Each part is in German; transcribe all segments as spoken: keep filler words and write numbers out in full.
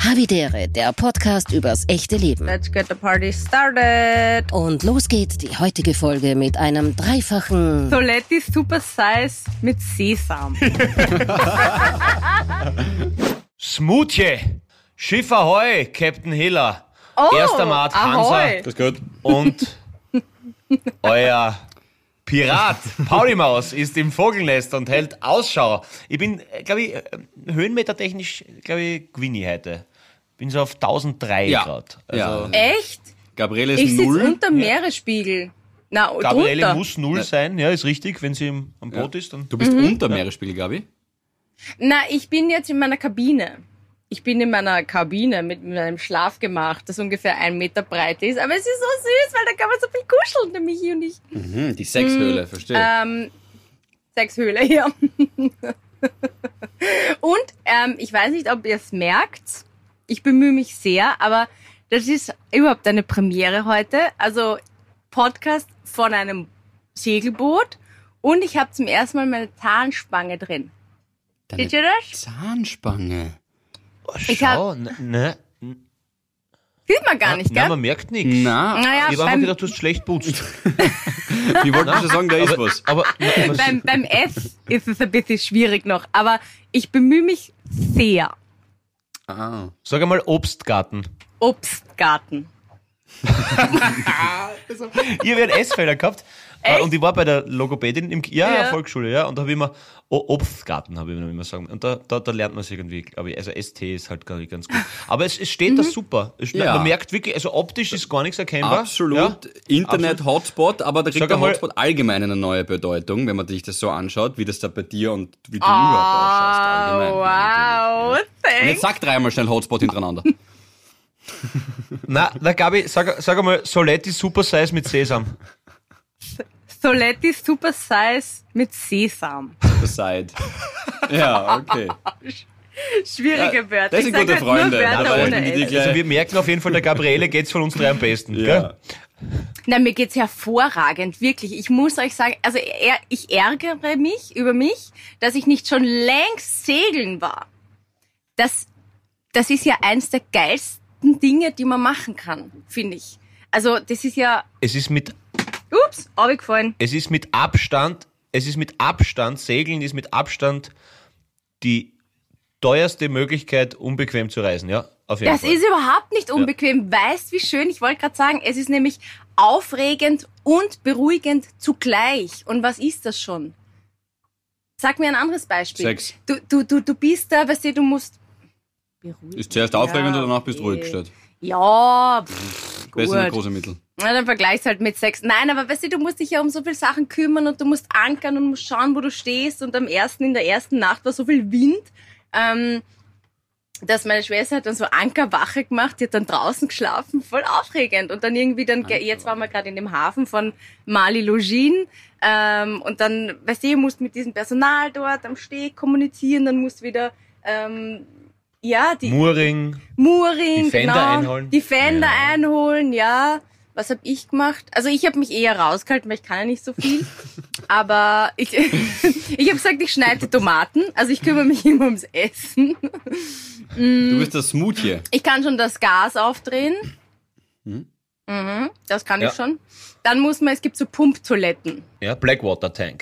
Havidere, der Podcast übers echte Leben. Let's get the party started. Und los geht die heutige Folge mit einem dreifachen Soletti Super Size mit Sesam. Smoothie, Schiff Ahoi, Captain Hiller, Oh, erster Mart Hansa Ahoi. Das ist gut. und euer Pirat Pauli Maus ist im Vogelnest und hält Ausschau. Ich bin, glaube ich, höhenmetertechnisch, glaube ich, gewinne ich heute. Bin so auf tausenddrei Ja. Grad. Ja. Also, Echt? Gabriele ist Ich sitze null. unter Meeresspiegel. Na, Gabriele drunter. muss null sein, ja, ist richtig, wenn sie im, am Boot ist. Dann Du bist Mhm. unter Meeresspiegel, Gabi. Na, ich bin jetzt in meiner Kabine. Ich bin in meiner Kabine mit meinem Schlafgemach, das ungefähr ein Meter breit ist. Aber es ist so süß, weil da kann man so viel kuscheln, der Michi und ich. Mhm, die Sexhöhle, verstehe. Ähm, Sexhöhle, ja. Und ähm, ich weiß nicht, ob ihr es merkt. Ich bemühe mich sehr, aber das ist überhaupt eine Premiere heute. Also Podcast von einem Segelboot. Und ich habe zum ersten Mal meine Zahnspange drin. Deine Seht ihr das? Zahnspange. oh, Ich schau, ne, ne, Sieht man gar nicht, nein, gell? man merkt nichts. Na, Naja, Ich habe einfach beim, gedacht, du hast schlecht putzt. ich wollte schon sagen, da ist was. Aber, na, was, beim, beim S ist es ein bisschen schwierig noch. Aber ich bemühe mich sehr. Ah. sag einmal Obstgarten. Obstgarten. Ich habe einen Essfehler gehabt. Echt? Und ich war bei der Logopädin im ja, Ja. ja. Volksschule, ja, und da habe ich immer O- Obstgarten, habe ich immer sagen. Und da, da, da lernt man es irgendwie, glaube ich. Also S T ist halt gar nicht ganz gut. Aber es, es steht da super. Es, Ja. Man merkt wirklich, also optisch ist gar nichts erkennbar. Absolut. Ja. Internet-Hotspot, aber da kriegt Sag der einmal- Hotspot allgemein eine neue Bedeutung, wenn man sich das so anschaut, wie das da bei dir und wie du Oh, überhaupt ausschaust. Allgemein. wow, Und jetzt thanks. sag dreimal schnell Hotspot hintereinander. Na, da Gabi, sag, sag einmal Soletti Super Size mit Sesam. Soletti Super Size mit Sesam. Side. Ja, okay. Schwierige Wörter. das sind Ich sag gute halt Freunde. Nur Wörter Aber ohne wenn die die S. gleich- Also wir merken auf jeden Fall, der Gabriele geht's von uns drei am besten. Ja. Gell? Na, mir geht's hervorragend, wirklich. Ich muss euch sagen, also er, ich ärgere mich über mich, dass ich nicht schon längst segeln war. Das, das ist ja eins der geilsten Dinge, die man machen kann, finde ich. Also das ist ja, Es ist mit ups, runtergefallen. Es ist mit Abstand, es ist mit Abstand, Segeln ist mit Abstand die teuerste Möglichkeit, unbequem zu reisen, ja? Auf jeden Das Fall. ist überhaupt nicht unbequem. Weißt, wie schön? Ich wollte gerade sagen, es ist nämlich aufregend und beruhigend zugleich. Und was ist das schon? Sag mir ein anderes Beispiel. Sex. Du, du, du, du bist da, weißt du, du musst beruhigt. Ist zuerst aufregend Ja, und danach bist du okay. ruhig gestellt. Ja, pff, gut. Besser große Mittel. Na, dann vergleichst halt mit Sex. Nein, aber weißt du, du musst dich ja um so viele Sachen kümmern und du musst ankern und musst schauen, wo du stehst. Und am ersten, in der ersten Nacht war so viel Wind, ähm, dass meine Schwester hat dann so Ankerwache gemacht, die hat dann draußen geschlafen, voll aufregend. Und dann irgendwie dann, ge- jetzt waren wir gerade in dem Hafen von Mali Login, ähm, und dann, weißt du, ihr musst mit diesem Personal dort am Steg kommunizieren, dann musst wieder, ähm, ja, die Mooring, Mooring, Die Fender genau, einholen. die Fender Ja. einholen, ja. Was hab ich gemacht? Also ich habe mich eher rausgehalten, weil ich kann ja nicht so viel. Aber ich, ich habe gesagt, ich schneide Tomaten. Also ich kümmere mich immer ums Essen. Du bist das Smoothie. Ich kann schon das Gas aufdrehen. Hm? Mhm, das kann Ja. ich schon. Dann muss man, es gibt so Pumptoiletten. ja, Blackwater Tank.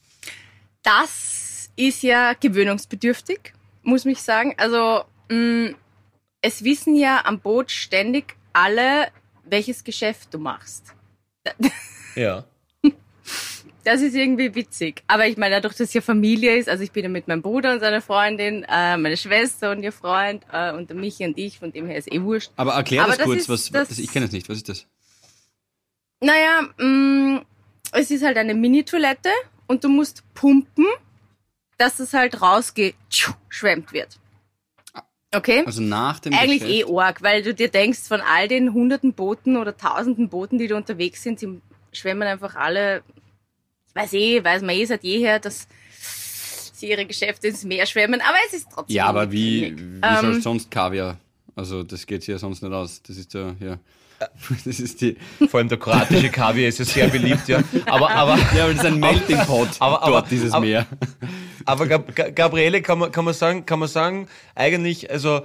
Das ist ja gewöhnungsbedürftig, muss ich sagen. Also mh, es wissen ja am Boot ständig alle, welches Geschäft du machst. Ja. Das ist irgendwie witzig. Aber ich meine, dadurch, dass es ja Familie ist, also ich bin ja mit meinem Bruder und seiner Freundin, äh, meine Schwester und ihr Freund äh, und der Michi und ich, von dem her ist eh wurscht. Aber erklär Aber das das kurz, ist- was, das- das, ich kenne es nicht. Was ist das? Naja, mh, es ist halt eine Mini-Toilette und du musst pumpen, dass es halt rausgeschwemmt wird. Okay? Also nach dem Eigentlich Geschäft. eh arg, weil du dir denkst, von all den hunderten Booten oder tausenden Booten, die da unterwegs sind, sie schwemmen einfach alle, ich weiß eh, weiß man eh seit jeher, dass sie ihre Geschäfte ins Meer schwemmen, aber es ist trotzdem Ja, aber wie, wenig. wie Ähm, soll sonst Kaviar? Also das geht ja sonst nicht aus. Das ist ja, ja. Das ist die. Vor allem der kroatische Kaviar ist ja sehr beliebt, ja. Aber, aber, Ja, aber das ist ein Melting Pot aber- aber- dort, dieses aber- Meer. aber Gab Gab- Gabriele, kann man, kann man sagen, kann man sagen, eigentlich, also,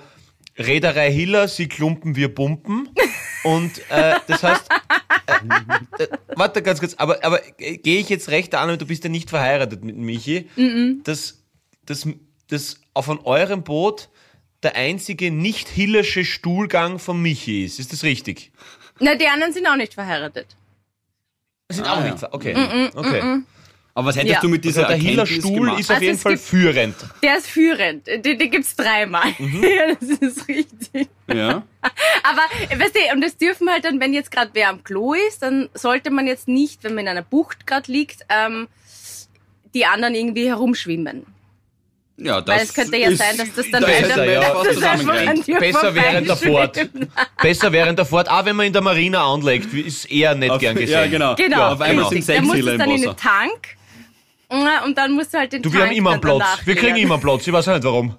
Reederei Hiller, sie klumpen, wir pumpen. Und äh, das heißt, äh, äh, warte ganz kurz, aber, aber äh, gehe ich jetzt recht an, du bist ja nicht verheiratet mit Michi, mm-mm. dass, dass, dass auf von eurem Boot der einzige nicht hillersche Stuhlgang von Michi ist. Ist das richtig? Na, die anderen sind auch nicht verheiratet. Sind Ah, auch ja. nicht verheiratet, okay. Mm-mm, okay. mm-mm. Aber was hättest Ja. du mit dieser Also der Hiller Erkenntnis Stuhl gemacht? ist auf Also jeden es Fall gibt- führend. Der ist führend. Den, den gibt's dreimal. Mhm. Ja, das ist richtig. Ja. Aber, weißt du, und das dürfen halt dann, wenn jetzt gerade wer am Klo ist, dann sollte man jetzt nicht, wenn man in einer Bucht gerade liegt, ähm, die anderen irgendwie herumschwimmen. Ja, das Weil es könnte ja ist- sein, dass das dann da ist weiter er, ja. fast das ist einfach zusammengreift. an dir Besser während der Fahrt. vorbeischwimmt. Besser während der Fahrt, auch wenn man in der Marina anlegt, ist eher nicht Auf- gern gesehen. Ja, genau. Genau, Ja, auf einmal richtig. sind Dann sechs musst du Hiller es im dann in den Wasser. Tank ja, und dann musst du halt den Du, Tank wir haben immer einen dann Platz. danach Wir kriegen leeren. immer einen Platz. Ich weiß auch nicht warum.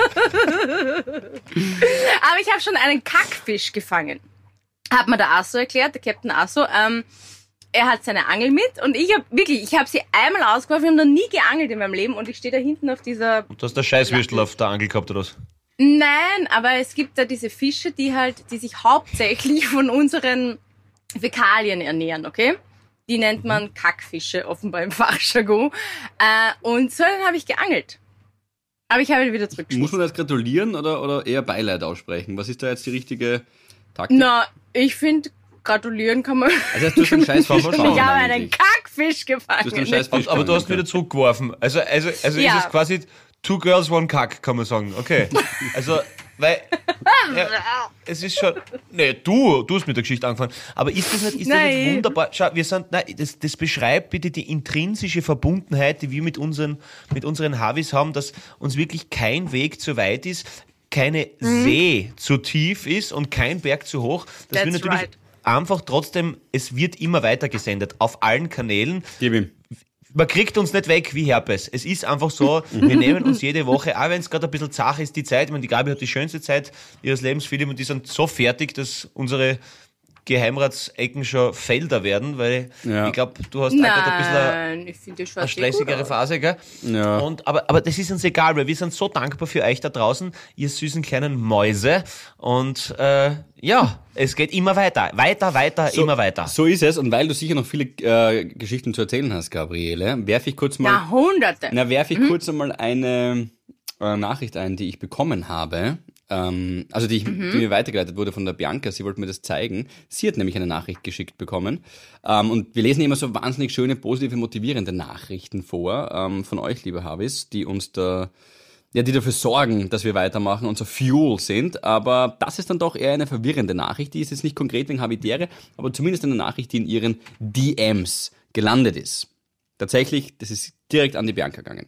Aber ich habe schon einen Kackfisch gefangen. Hat mir der Asso erklärt, der Captain Asso. Ähm, er hat seine Angel mit und ich habe wirklich, ich habe sie einmal ausgeworfen. Wir haben noch nie geangelt in meinem Leben und ich stehe da hinten auf dieser... Du hast der Scheißwürstel auf der Angel gehabt, oder was? Nein, aber es gibt da diese Fische, die halt, die sich hauptsächlich von unseren Fäkalien ernähren, okay? Die nennt man Kackfische, offenbar im Fachjargon. Äh, und so einen habe ich geangelt. Aber ich habe ihn wieder Muss zurückgeschmissen. man das gratulieren oder, oder eher Beileid aussprechen? Was ist da jetzt die richtige Taktik? Na, ich finde, gratulieren kann man. Also du hast einen scheiß Fisch Ich gefangen habe einen eigentlich. Kackfisch Du hast einen gefangen. scheiß Fisch Aber du hast gefangen. wieder zurückgeworfen. Also, also, also Ja. ist es quasi two girls, one Kack, kann man sagen. Okay. Also, weil, ja, es ist schon, nee, du, du hast mit der Geschichte angefangen. Aber ist das nicht, ist das nicht Nein. wunderbar? Schau, wir sind, nein, das, das beschreibt bitte die intrinsische Verbundenheit, die wir mit unseren, mit unseren Havis haben, dass uns wirklich kein Weg zu weit ist, keine See zu tief ist und kein Berg zu hoch, dass wir That's natürlich right. einfach trotzdem, es wird immer weiter gesendet, auf allen Kanälen. Gib ihm. Man kriegt uns nicht weg wie Herpes. Es ist einfach so, wir nehmen uns jede Woche, auch wenn es gerade ein bisschen zach ist, die Zeit. Ich meine, die Gabi hat die schönste Zeit ihres Lebens, Philipp, und die sind so fertig, dass unsere Geheimratsecken schon Felder werden, weil Ja. ich glaube, du hast auch gerade ein bisschen eine, Nein, ich finde das eine schaut sehr gut stressigere aus. Phase, gell? Ja. Und, aber, aber das ist uns egal, weil wir sind so dankbar für euch da draußen, ihr süßen kleinen Mäuse. Und äh, ja, es geht immer weiter. Weiter, weiter, immer weiter. So ist es. Und weil du sicher noch viele äh, Geschichten zu erzählen hast, Gabriele, werfe ich kurz mal, Jahrhunderte. na, werfe ich kurz einmal eine äh, Nachricht ein, die ich bekommen habe. Ähm, also die, ich, die mir weitergeleitet wurde von der Bianca. Sie wollte mir das zeigen. Sie hat nämlich eine Nachricht geschickt bekommen. Ähm, und wir lesen immer so wahnsinnig schöne, positive, motivierende Nachrichten vor ähm, von euch, liebe Havis, die uns da ja, die dafür sorgen, dass wir weitermachen und so Fuel sind. Aber das ist dann doch eher eine verwirrende Nachricht. Die ist jetzt nicht konkret wegen Habitäre, aber zumindest eine Nachricht, die in ihren D Ms gelandet ist. Tatsächlich, das ist direkt an die Bianca gegangen.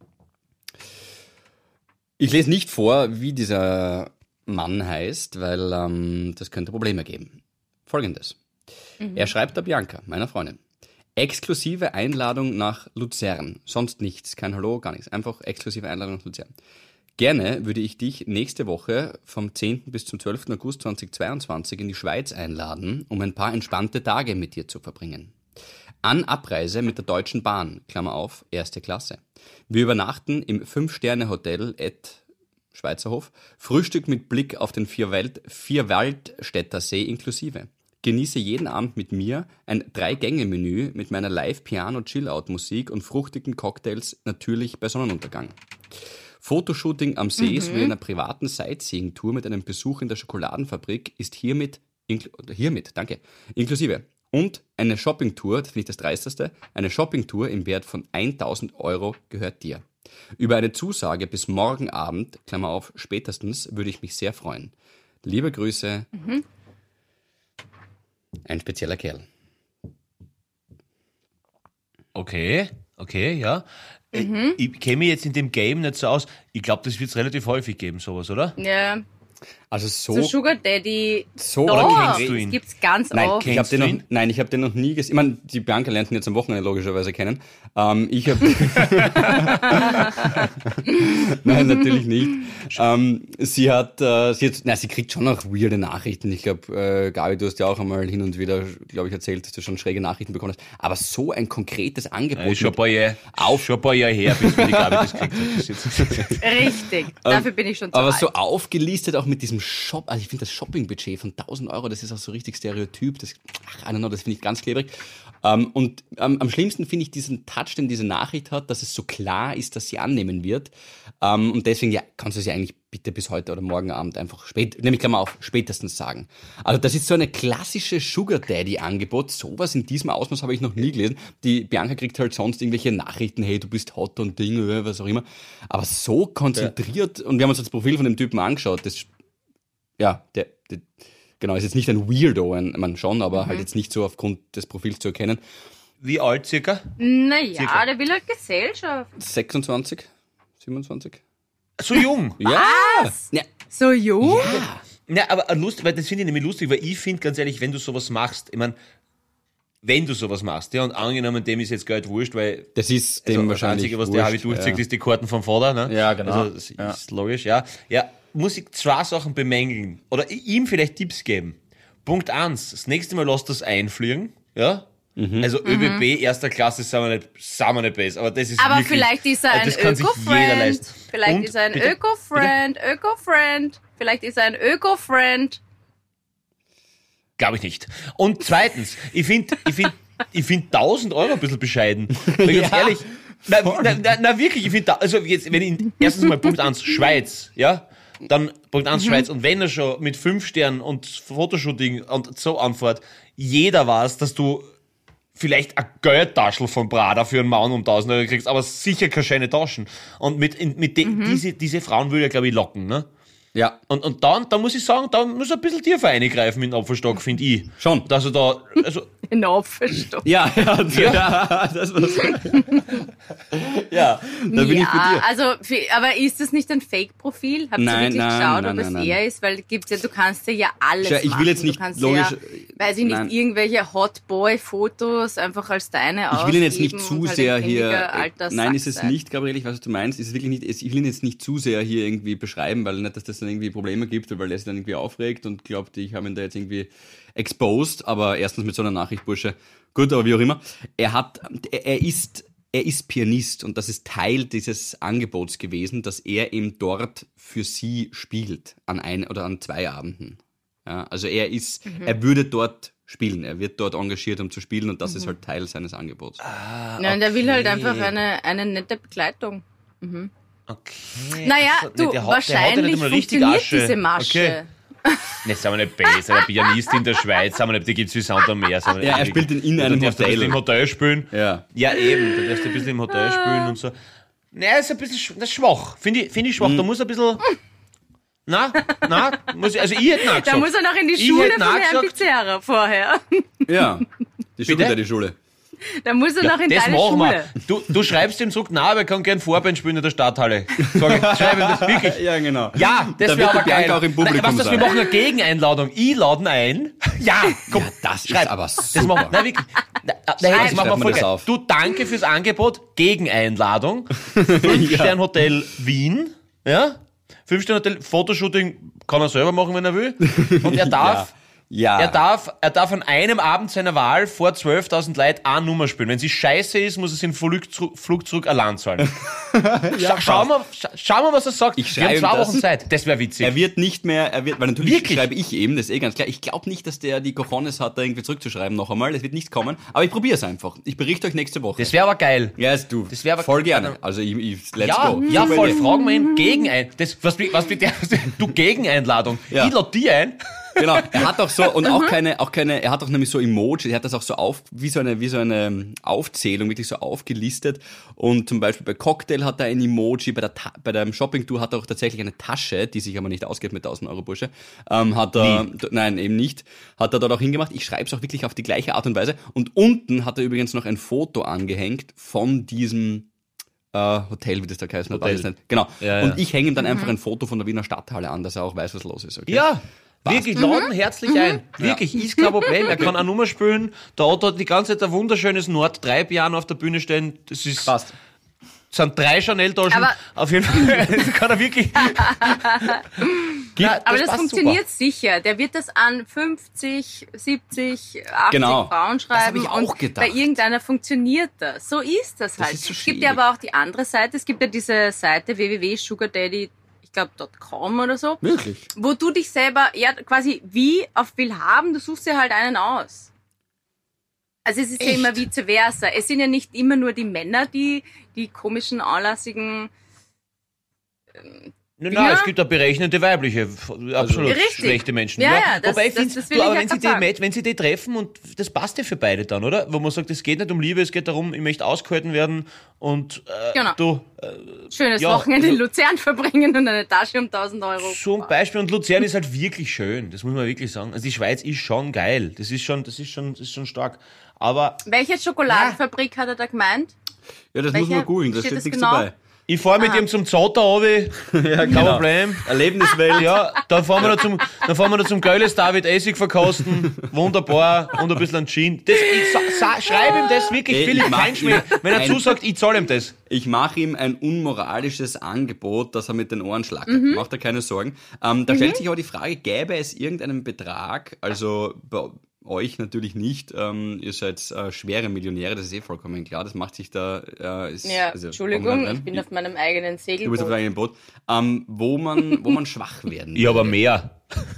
Ich lese nicht vor, wie dieser Mann heißt, weil ähm, das könnte Probleme geben. Folgendes. Er schreibt der Bianca, meiner Freundin. Exklusive Einladung nach Luzern. Sonst nichts. Kein Hallo, gar nichts. Einfach exklusive Einladung nach Luzern. Gerne würde ich dich nächste Woche vom zehnten bis zum zwölften August zweitausendzweiundzwanzig in die Schweiz einladen, um ein paar entspannte Tage mit dir zu verbringen. An Abreise mit der Deutschen Bahn, Klammer auf, erste Klasse. Wir übernachten im Fünf-Sterne-Hotel et Schweizerhof, Frühstück mit Blick auf den Vierwald- Vierwaldstätter See inklusive. Genieße jeden Abend mit mir ein Drei-Gänge-Menü mit meiner Live-Piano-Chill-Out-Musik und fruchtigen Cocktails, natürlich bei Sonnenuntergang. Fotoshooting am See sowie einer privaten Sightseeing-Tour mit einem Besuch in der Schokoladenfabrik ist hiermit, inkl- oder hiermit, danke, inklusive. Und eine Shoppingtour, das finde ich das Dreisteste, eine Shoppingtour im Wert von tausend Euro gehört dir. Über eine Zusage bis morgen Abend, Klammer auf, spätestens, würde ich mich sehr freuen. Liebe Grüße, ein spezieller Kerl. Okay, okay, ja. Äh, Ich kenne mich jetzt in dem Game nicht so aus. Ich glaube, das wird es relativ häufig geben, sowas, oder? Ja, Also so so... Sugar Daddy. So- da, Oder kennst du ihn? Das gibt's ganz Nein, oft. ich habe Kennst den, du noch- ihn? nein, ich habe den noch nie gesehen. Ich meine, die Bianca lernt ihn jetzt am Wochenende logischerweise kennen. Ähm, ich habe... Nein, natürlich nicht. Ähm, sie hat, äh, sie hat, na, sie kriegt schon noch weirde Nachrichten. Ich glaube, äh, Gabi, du hast ja auch einmal hin und wieder, glaube ich, erzählt, dass du schon schräge Nachrichten bekommen hast. Aber so ein konkretes Angebot. Ja, schon, ein mit- paar Jahre, Auf- schon ein paar Jahre her, bis wir die Gabi das gekriegt hat. Das ist jetzt- Richtig. Dafür bin ich schon zu aber alt. so aufgelistet auch auch mit diesem Shop, also ich finde das Shopping-Budget von tausend Euro, das ist auch so richtig Stereotyp, das, ach, I don't know, das finde ich ganz klebrig. Um, und um, am schlimmsten finde ich diesen Touch, den diese Nachricht hat, dass es so klar ist, dass sie annehmen wird. Um, und deswegen, ja, kannst du sie eigentlich bitte bis heute oder morgen Abend einfach spät, nämlich Klammer auf, spätestens sagen. Also das ist so eine klassische Sugar Daddy-Angebot. Sowas in diesem Ausmaß habe ich noch nie gelesen. Die Bianca kriegt halt sonst irgendwelche Nachrichten, hey, du bist hot und Ding, was auch immer. Aber so konzentriert, ja. Und wir haben uns das Profil von dem Typen angeschaut, das, ja, der, der genau, ist jetzt nicht ein Weirdo, ein, man schon, aber mhm. halt jetzt nicht so aufgrund des Profils zu erkennen. Wie alt circa? Naja, Circa. der will halt Gesellschaft. sechsundzwanzig, siebenundzwanzig. So jung? Ja. Was? Ja. So jung? Ja. Ja, aber lustig, weil das finde ich nämlich lustig, weil ich finde ganz ehrlich, wenn du sowas machst, ich meine, wenn du sowas machst, ja, und angenommen, dem ist jetzt Geld wurscht, weil Das ist dem also wahrscheinlich das Einzige, was wurscht, der Habi durchzieht, ja. ist die Karten vom Vater, ne? Ja, genau. Also das Ja. ist logisch, ja. Ja, muss ich zwei Sachen bemängeln oder ihm vielleicht Tipps geben. Punkt eins, das nächste Mal lass das einfliegen, ja. Mhm. Also ÖBB erster Klasse sind wir nicht, sind wir nicht besser, aber das ist Aber wirklich, vielleicht ist er ein das kann sich jeder Öko-Friend. leisten. Vielleicht Und, ist er ein bitte? Öko-Friend, Öko-Friend. Vielleicht ist er ein Öko-Friend. Glaube ich nicht. Und zweitens, ich finde, ich finde, ich finde tausend Euro ein bisschen bescheiden. Weil ganz Ja, ehrlich, na, na, na, na wirklich, ich finde, also jetzt, wenn ich, erstens mal Punkt eins, Schweiz, ja, dann Punkt eins, Schweiz, und wenn er schon mit fünf Sternen und Fotoshooting und so anfährt, jeder weiß, dass du vielleicht ein Geldtaschel von Prada für einen Mann um tausend Euro kriegst, aber sicher keine schöne Taschen. Und mit, in- mit de, diese, diese Frauen würde er, glaube ich, locken, ne? Ja, Und, und dann, dann muss ich sagen, da muss er ein bisschen tiefer eingreifen in den Apfelstock, finde ich. Schon. Dass er da, also, In Apfelstock. ja, ja, ja. das war's. Ja, da bin ich bei Ja, dir. also, für- aber ist das nicht ein Fake-Profil? Habt ihr Nein, wirklich nein, geschaut, nein, ob nein, es nein. er ist? Weil gibt's ja, du kannst ja, ja alles Schau, ich will machen. jetzt nicht du kannst logisch- ja, weiß ich nicht, Nein. irgendwelche Hotboy-Fotos einfach als deine Ich will ihn jetzt nicht ausgeben zu und halt sehr ein hier. findiger alter Nein, Sack ist es sein. nicht, Gabriele, ich weiß, was du meinst. Ist es wirklich nicht, ich will ihn jetzt nicht zu sehr hier irgendwie beschreiben, weil nicht, dass das dann irgendwie Probleme gibt, weil er sich dann irgendwie aufregt und glaubt, ich habe ihn da jetzt irgendwie exposed. Aber erstens mit so einer Nachricht, Bursche. Gut, aber wie auch immer. Er hat, er, er ist, er ist Pianist und das ist Teil dieses Angebots gewesen, dass er eben dort für sie spielt an ein oder an zwei Abenden. Ja, also er ist, Mhm. er würde dort spielen, er wird dort engagiert, um zu spielen und das Mhm. ist halt Teil seines Angebots. Ja, und er will halt einfach eine, eine nette Begleitung. okay. Naja, So, du, nee, der hat- der hat ja nicht wahrscheinlich einmal richtig funktioniert Asche. diese Masche. Okay. Ne, sind wir nicht besser. Der Pianist in der Schweiz, sind wir nicht, die gibt's wie Sand am Meer. sind wir nicht Ja, er wirklich- spielt in- in Da einem darfst du ein bisschen Hotel. im Hotel spielen. Ja. Ja, eben, da darfst du ein bisschen im Hotel spielen und so. Naja, ist ein bisschen sch- das ist schwach. Finde ich, find ich schwach. Da muss ein bisschen. Na, na, muss ich, also ich hätte nachgesagt. Da muss er noch in die Ich Schule hätte von Herrn nachgesagt- Pizarra vorher. Ja, die Schule, Bitte? die Schule. Da muss er noch in Das deine machen Schule. wir. Du, du schreibst ihm zurück, na, aber er kann gern Vorband spielen in der Stadthalle. Sag ich, schreib ihm das wirklich. Ja, genau. Ja, das Da wäre wird aber die Bianca geil. auch im Publikum Nein, weißt du, was, wir sein. machen eine Gegeneinladung. Ich lade ein. Ja, komm. Ja, das schreib. ist aber Das super. machen wir. Nein, wirklich. Na, na, das Schreib machen wir mir voll das geil. auf. Du, danke fürs Angebot. Gegeneinladung. Fünf-Stern-Hotel Wien. Ja? Fünf-Stern-Hotel, Fotoshooting kann er selber machen, wenn er will. Und er darf... Ja. Er darf, er darf an einem Abend seiner Wahl vor zwölftausend Leuten eine Nummer spielen. Wenn sie scheiße ist, muss er sich den Flug, zurück- Flug zurück allein zahlen. Scha schauen wir, scha schauen wir, was er sagt. Ich Wir haben schreibe zwei das. Wochen Zeit. Das wäre witzig. Er wird nicht mehr, er wird, weil natürlich Wirklich? schreibe ich eben, das ist eh ganz klar. Ich glaube nicht, dass der die Cojones hat, da irgendwie zurückzuschreiben noch einmal. Das wird nicht kommen. Aber ich probiere es einfach. Ich berichte euch nächste Woche. Das wäre aber geil. ja, ist du. Das wär aber- voll gerne. Also ich, ich let's Ja, go. ja, Super voll. Idee. Fragen wir ihn Gegenein. Das, was, was bitte, du Gegeneinladung. Ja. Ich lade die ein. Genau. Er hat auch so, und auch keine, auch keine, er hat auch nämlich so Emoji, er hat das auch so auf, wie so eine, wie so eine Aufzählung, wirklich so aufgelistet. Und zum Beispiel bei Cocktail hat er ein Emoji, bei der, Ta bei der Shopping-Tour hat er auch tatsächlich eine Tasche, die sich aber nicht ausgeht mit tausend Euro Bursche, ähm, hat er, d- nein, eben nicht, hat er dort auch hingemacht. Ich schreibe es auch wirklich auf die gleiche Art und Weise. Und unten hat er übrigens noch ein Foto angehängt von diesem, äh, Hotel, wie das da geheißen hat. Hotel. weiß ich nicht. Genau. Ja, ja. Und ich hänge ihm dann einfach ein Foto von der Wiener Stadthalle an, dass er auch weiß, was los ist. Okay? Ja. Wirklich, laden herzlich ein. Wirklich, ist kein Problem. Er kann eine Nummer spielen. Da hat er die ganze Zeit ein wunderschönes Nord drei Piano auf der Bühne stehen. Das ist, Passt. sind drei Chanel-Taschen. Aber- Auf jeden Fall. Das kann er wirklich. Na, Aber das passt funktioniert sicher. Der wird das an fünfzig, siebzig, achtzig Genau. Frauen Das hab schreiben. ich auch und gedacht. bei irgendeiner funktioniert das. So ist das halt. ist so es gibt ja schwierig. aber auch die andere Seite. Es gibt ja diese Seite w w w punkt sugar daddy, ich glaube .com oder so. Wirklich? Wo du dich selber, ja quasi wie auf Willhaben, du suchst dir halt einen aus. Also es ist Echt? ja immer vice versa. Es sind ja nicht immer nur die Männer, die die komischen, anlassigen... Nein, Ja. nein, es gibt auch berechnete weibliche, absolut Richtig. schlechte Menschen. Ja, ja, das- Wobei ich das- finde, das will du, ich aber ja wenn sie, grad die, sagen. Mäd- wenn sie die treffen und das passt ja für beide dann, oder? Wo man sagt, es geht nicht um Liebe, es geht darum, ich möchte ausgehalten werden und äh, Genau. du, Schönes Ja, Wochenende in also- Luzern verbringen und eine Tasche um tausend Euro. so ein Beispiel. Und Luzern ist halt wirklich schön, das muss man wirklich sagen. Also die Schweiz ist schon geil, das ist schon, das ist schon, das ist schon stark. Aber Welche Schokoladenfabrik hat er da gemeint? Ja, das Welche? muss man googeln, da Steht steht das nichts genau? dabei. ich fahre mit ihm zum Zotter runter, kein Problem. Erlebniswelt. Ja, dann fahren wir noch zum, dann fahren wir noch zum Geiles David Essig verkosten. Wunderbar. Und ein bisschen ein Gin. Das, ich sa, sa, schreibe ihm das wirklich Ey, viel. ich Ich mach kein Schmäh. ihm Wenn er ein- zusagt, ich zahle ihm das. Ich mache ihm ein unmoralisches Angebot, dass er mit den Ohren schlackert. Mhm. Macht er keine Sorgen. Ähm, da stellt sich aber die Frage, gäbe es irgendeinen Betrag, also bei euch natürlich nicht, ähm, ihr seid äh, schwere Millionäre, das ist eh vollkommen klar, das macht sich da... Äh, ist, Ja, also, Entschuldigung, brauchen wir nicht ich bin rein. auf meinem eigenen Du bist auf Segelboot. deinem eigenen Boot. Ähm, wo man, wo man schwach werden Ja, aber würde. mehr.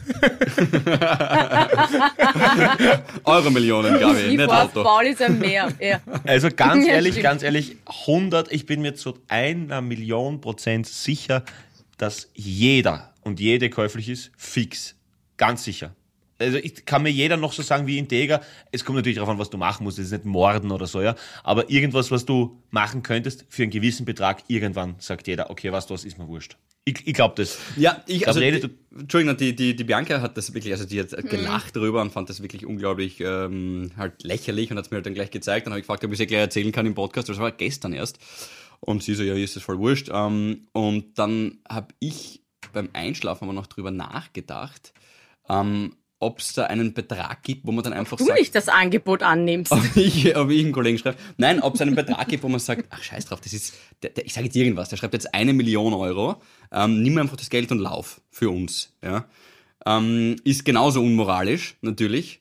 Eure Millionen, glaube ich, Ich nicht fahr auf Auto. Paul ist ein Meer. Ja. Also ganz Ja, ehrlich, stimmt. ganz ehrlich, hundert, ich bin mir zu einer Million Prozent sicher, dass jeder und jede käuflich ist, fix. Ganz sicher. Also ich kann mir jeder noch so sagen wie Integer. Es kommt natürlich darauf an, was du machen musst. Es ist nicht Morden oder so, ja. Aber irgendwas, was du machen könntest, für einen gewissen Betrag, irgendwann sagt jeder, okay, weißt du was, ist mir wurscht. Ich, ich glaube das. Ja, ich, also, Gabriele, die, Entschuldigung, die, die, die Bianca hat das wirklich, also die hat Mhm. gelacht darüber und fand das wirklich unglaublich ähm, halt lächerlich und hat es mir halt dann gleich gezeigt. Dann habe ich gefragt, ob ich es ihr gleich erzählen kann im Podcast, das war gestern erst. Und sie so, ja, ist das voll wurscht. Ähm, und dann habe ich beim Einschlafen aber noch drüber nachgedacht, ähm, ob es da einen Betrag gibt, wo man dann einfach Du sagt, nicht das Angebot annimmst. ob ich, ob ich einen Kollegen schreibe. Nein, ob es einen Betrag gibt, wo man sagt, ach scheiß drauf, das ist, der, der, ich sage jetzt irgendwas, der schreibt jetzt eine Million Euro, ähm, nimm einfach das Geld und lauf für uns. Ja? Ähm, ist genauso unmoralisch, natürlich,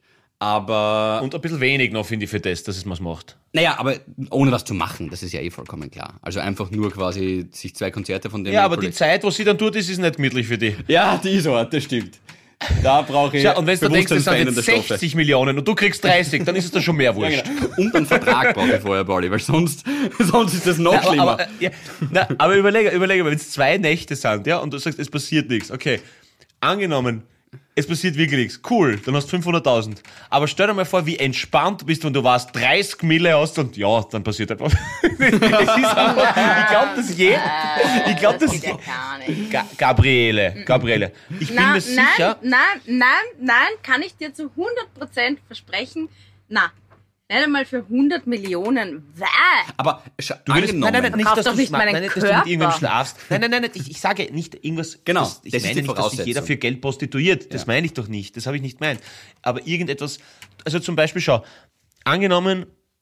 aber, Und ein bisschen wenig noch, finde ich, für das, dass es was macht. naja, aber ohne was zu machen, das ist ja eh vollkommen klar. Also einfach nur quasi sich zwei Konzerte von dem... Ja, aber die Zeit, was sie dann tut, ist, ist nicht gemütlich für die. Ja, die ist Art, das stimmt. Da brauche ich Ja, und wenn du denkst, das sind bewusstseinsverändernde jetzt Stoffe. sechzig Millionen und du kriegst dreißig, dann ist es dann schon mehr Ja, wurscht. genau. Und einen Vertrag brauche ich vorher, Pauli, weil sonst, sonst ist das noch Ja, schlimmer. aber, aber, ja, na, aber überlege, überlege, wenn es zwei Nächte sind, ja, und du sagst, es passiert nichts, okay, angenommen, es passiert wirklich nichts, cool, dann hast du fünfhunderttausend. Aber stell dir mal vor, wie entspannt du bist, wenn du weißt, dreißig Mille hast und ja, dann passiert etwas. Das ist einfach, ich glaube, dass je, ich glaube, das dass, geht ja gar nicht. Ga Gabriele, Gabriele, ich bin Na, mir sicher, nein, nein, nein, nein, kann ich dir zu hundert Prozent versprechen. Na, nicht einmal für hundert Millionen. Wäh. Aber scha- Du würdest, angenommen, nein, nein, nein, nicht, Kauf dass doch du nicht schma- meinen nein, nicht, dass du Körper. mit irgendwem schlafst. Nein, nein, nein, nein, ich, ich sage nicht irgendwas. Genau, das, ich das ist meine die nicht, dass sich jeder Voraussetzung. für Geld prostituiert. Das Ja. meine ich doch nicht. Das habe ich nicht gemeint. Aber irgendetwas, also zum Beispiel, schau, angenommen,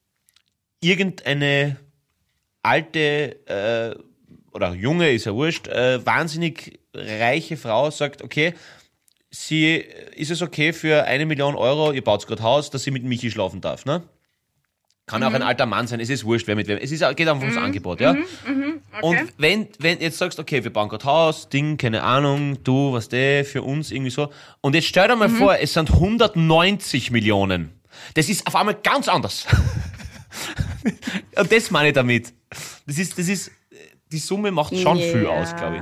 irgendeine alte äh, oder junge, ist ja wurscht, äh, wahnsinnig reiche Frau sagt, okay, sie ist es okay für eine Million Euro, ihr baut gerade Haus, dass sie mit Michi schlafen darf, ne? Kann auch ein alter Mann sein, es ist wurscht, wer mit wem. Es ist, geht einfach ums Angebot, ja? Und wenn, wenn jetzt sagst, okay, wir bauen gerade Haus, Ding, keine Ahnung, du, was der, für uns irgendwie so. Und jetzt stell dir mal vor, es sind hundertneunzig Millionen. Das ist auf einmal ganz anders. Und das meine ich damit. Das ist, das ist, die Summe macht schon viel Ja. aus, glaube ich.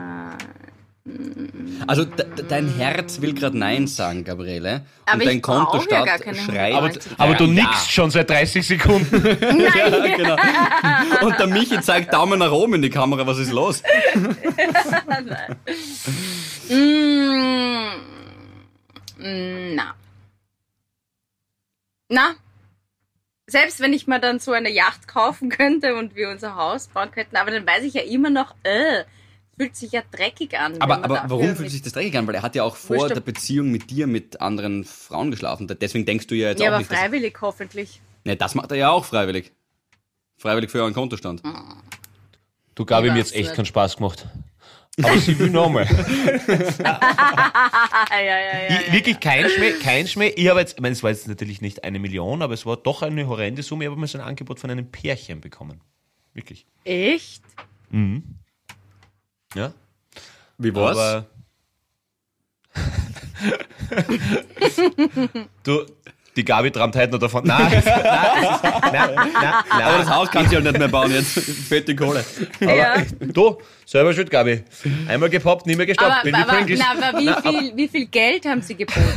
also de, de, dein Herz will gerade Nein sagen, Gabriele. Aber und ich dein brauch ja Kontostand gar keine schreit. Aber, hundertneunzig. aber du Ja. nickst schon seit dreißig Sekunden. Ja, genau. Und der Michi zeigt Daumen nach oben in die Kamera, was ist los? Mm, mm, na. Na. Selbst wenn ich mir dann so eine Yacht kaufen könnte und wir unser Haus bauen könnten, aber dann weiß ich ja immer noch, äh, es fühlt sich ja dreckig an. wenn Aber, man aber dafür warum mit- fühlt sich das dreckig an? Weil er hat ja auch vor Wurscht, der ob- Beziehung mit dir mit anderen Frauen geschlafen. Deswegen denkst du ja jetzt Ja, auch aber nicht, dass... freiwillig hoffentlich. Ne, das macht er ja auch freiwillig. Freiwillig für euren Kontostand. Du, Gabi, Ich mir weiß jetzt echt nicht. keinen Spaß gemacht. Aber sie will nochmal. Ah, ja, ja, ja. Ich- Wirklich kein Schmäh, kein Schmäh. Ich habe jetzt, ich meine, es war jetzt natürlich nicht eine Million, aber es war doch eine horrende Summe. Ich habe mal so ein Angebot von einem Pärchen bekommen. Wirklich. Echt? Ja. Wie war's? Aber du, die Gabi träumt heute noch davon. Nein, nein, nein, nein, nein. Aber das Haus kann sie halt nicht mehr bauen jetzt. Fehlt die Kohle. Ja. Du, selber schuld, Gabi. Einmal gepoppt, nie mehr gestoppt. Aber, Bin wie aber, Pringles. na, aber wie, Na, viel, wie viel Geld haben sie geboten?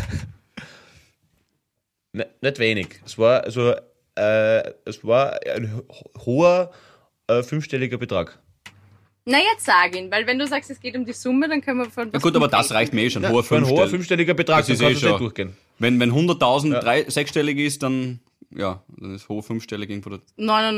Ne, nicht wenig. Es war also, äh, es war ein ho- hoher äh, fünfstelliger Betrag. Na, jetzt sag ihn, weil wenn du sagst, es geht um die Summe, dann können wir von Ja was gut, aber das reden. reicht mir eh schon. Ja, Hoher für ein hoher Fünfstell. fünfstelliger Betrag, Das dann ist eh kannst du schon. nicht durchgehen. Wenn, wenn hunderttausend drei, sechsstellig ist, dann, ja, dann ist hohe fünfstellig irgendwo. da-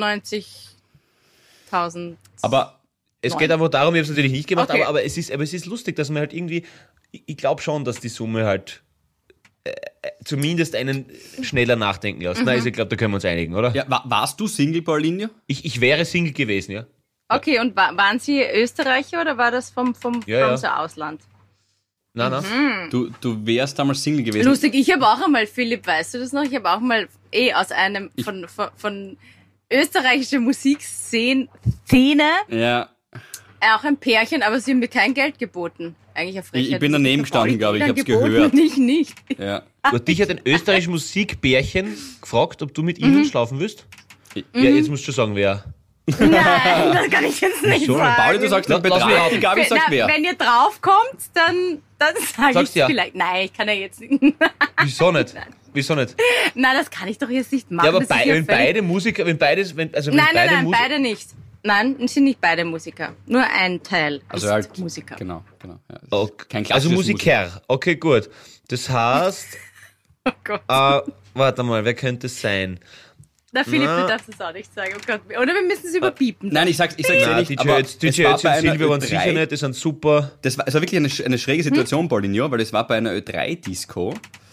neunundneunzigtausend. Aber Es Neun. geht einfach darum, ich habe es natürlich nicht gemacht, Okay. aber, aber, es ist, aber es ist lustig, dass man halt irgendwie, ich, ich glaube schon, dass die Summe halt äh, äh, zumindest einen schneller nachdenken lässt. Mhm. Nein, also ich glaube, da können wir uns einigen, oder? ja, wa- warst du Single, Paulinho? Ich, ich wäre Single gewesen, ja. Okay, und wa- waren sie Österreicher oder war das vom, vom, Ja, vom ja. so Ausland? Nein, nein. Mhm. Du, du wärst damals Single gewesen. Lustig, ich habe auch einmal, Philipp, weißt du das noch? Ich habe auch mal eh aus einem von, von, von österreichischer Musikszene Szene, Ja, auch ein Pärchen, aber sie haben mir kein Geld geboten. Eigentlich auf Ich- Frechheit. ich bin Das ist daneben doch gestanden, voll glaube ich, ich dann hab's geboten gehört. Und ich nicht. ja. Du hast dich hat ein österreichisches Musikbärchen gefragt, ob du mit ihnen schlafen willst? Mhm. Ja, jetzt musst du schon sagen, wer. Nein, das kann ich jetzt nicht So, sagen. Pauli, du sagst den Lass- lass mich Betrag, raten. die Gabi sagt Na, wer. wenn ihr draufkommt, dann, dann sage Sagst ich ja. vielleicht. Nein, ich kann ja jetzt nicht. Wieso nicht? Wieso nicht? Nein, das kann ich doch jetzt nicht machen. Ja, aber Das ist bei, ja wenn völlig- beide Musiker, wenn beides, wenn, also wenn Nein, nein, beide nein, Musiker. beide nicht. Nein, es sind nicht beide Musiker. Nur ein Teil Also ist halt, Musiker. Genau, genau. Ja. Okay. Kein Also klassisches Musiker. Okay, gut. Das heißt, Oh Gott. äh, warte mal, wer könnte es sein? Na, Philipp, Na. du darfst es auch nicht sagen. Oh Gott. Oder wir müssen es überpiepen. Nein, ich sag's, ich sag's eh Nein, nicht, D J aber jetzt, D J es war jetzt bei und einer Silvia waren Ö drei sicher nicht, die sind super. Das war, es war wirklich eine, sch- eine schräge Situation, Paulinho, weil es war bei einer Ö drei Disco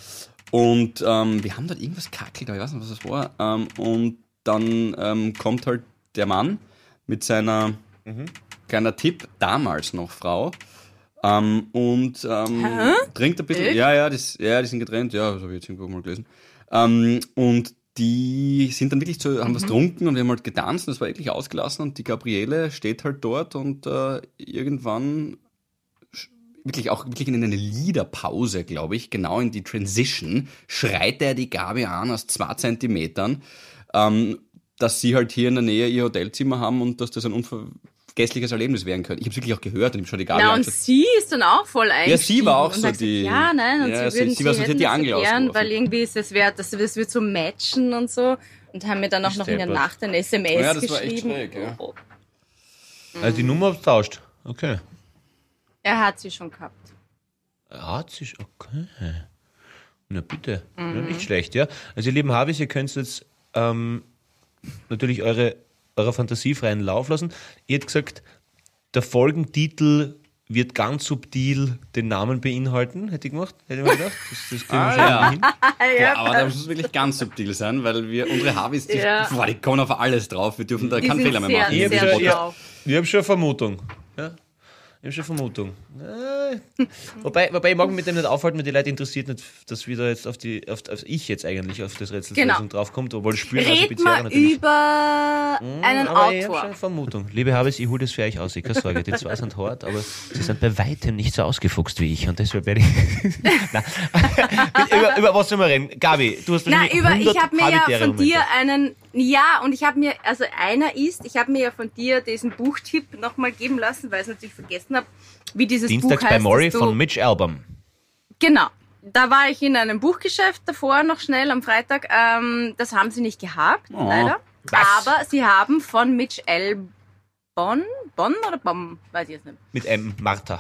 und ähm, wir haben dort irgendwas kackelt, aber ich weiß nicht, was das war. Ähm, und dann ähm, kommt halt der Mann mit seiner, kleiner Tipp, damals noch Frau, ähm, und ähm, trinkt ein bisschen. Echt? Ja, ja, das, ja, die sind getrennt, ja, das habe ich jetzt irgendwo mal gelesen. Ähm, und die sind dann wirklich zu, haben was getrunken und wir haben halt getanzt und das war wirklich ausgelassen und die Gabriele steht halt dort und äh, irgendwann sch- wirklich auch wirklich in eine Liederpause, glaube ich, genau in die Transition, schreit er die Gabi an aus zwei Zentimetern, ähm, dass sie halt hier in der Nähe ihr Hotelzimmer haben und dass das ein unvergessliches Erlebnis werden könnte. Ich habe wirklich auch gehört und ich habe schon die Gabi Na, und angeschaut. sie ist dann auch voll eingestiegen. Ja, sie war auch und so hat gesagt, die- Ja, nein, und Ja, sie sie- würden sie war so, sie hat hätten die das Angel so gern, ausgeworfen. weil irgendwie ist es wert, das, das wird so matchen und so. Und haben mir dann auch noch in der Steppert. Nacht ein S M S Ja, das war echt geschrieben. schräg, ja. Oh, Also die Nummer tauscht. Okay. er hat sie schon gehabt. Hat sich, okay. Na bitte. Ja, Mhm. nicht schlecht, ja. Also ihr lieben Habis, ihr könnt jetzt ähm, natürlich eure, eurer Fantasie freien Lauf lassen. Ihr habt gesagt, der Folgentitel wird ganz subtil den Namen beinhalten. Hätte ich gemacht? Hätte ich mir gedacht. Das, das kriegen wir Ah, schon ja. hin. Ja, aber da muss es wirklich ganz subtil sein, weil wir unsere Habis, die, Ja. boah, die kommen auf alles drauf. Wir dürfen da Die keinen sind Fehler mehr sehr, machen. Ich in hab sehr diesem schon- Podcast. schlau. Ich habe schon eine Vermutung. Ja? Ich habe schon eine Vermutung. Äh, wobei, wobei ich mag mich mit dem nicht aufhalten, weil die Leute interessiert nicht, dass wieder jetzt auf die, auf, auf ich jetzt eigentlich auf das Rätselslösung Genau. draufkommt, obwohl Spüren Red mal über einen aber ich habe schon Autor. eine Vermutung. Liebe Habis, ich hole das für euch aus. Ich keine Sorge, die zwei sind hart, aber sie sind bei weitem nicht so ausgefuchst wie ich und deshalb werde ich... Nein. über, über was sollen wir reden? Gabi, du hast Na, wahrscheinlich über, ich hundert habe mir ja habitäre von Momente. dir einen, ja, und ich habe mir, also einer ist, ich habe mir ja von dir diesen Buchtipp nochmal geben lassen, weil ich es natürlich vergessen habe, wie dieses Dienstags Buch bei heißt. Maury dass du, von Mitch Album. Genau. Da war ich in einem Buchgeschäft davor noch schnell am Freitag. Ähm, das haben sie nicht gehabt, Oh. leider. Was? Aber sie haben von Mitch Albom, Bonn oder Bom, weiß ich jetzt nicht. Mit M. Martha.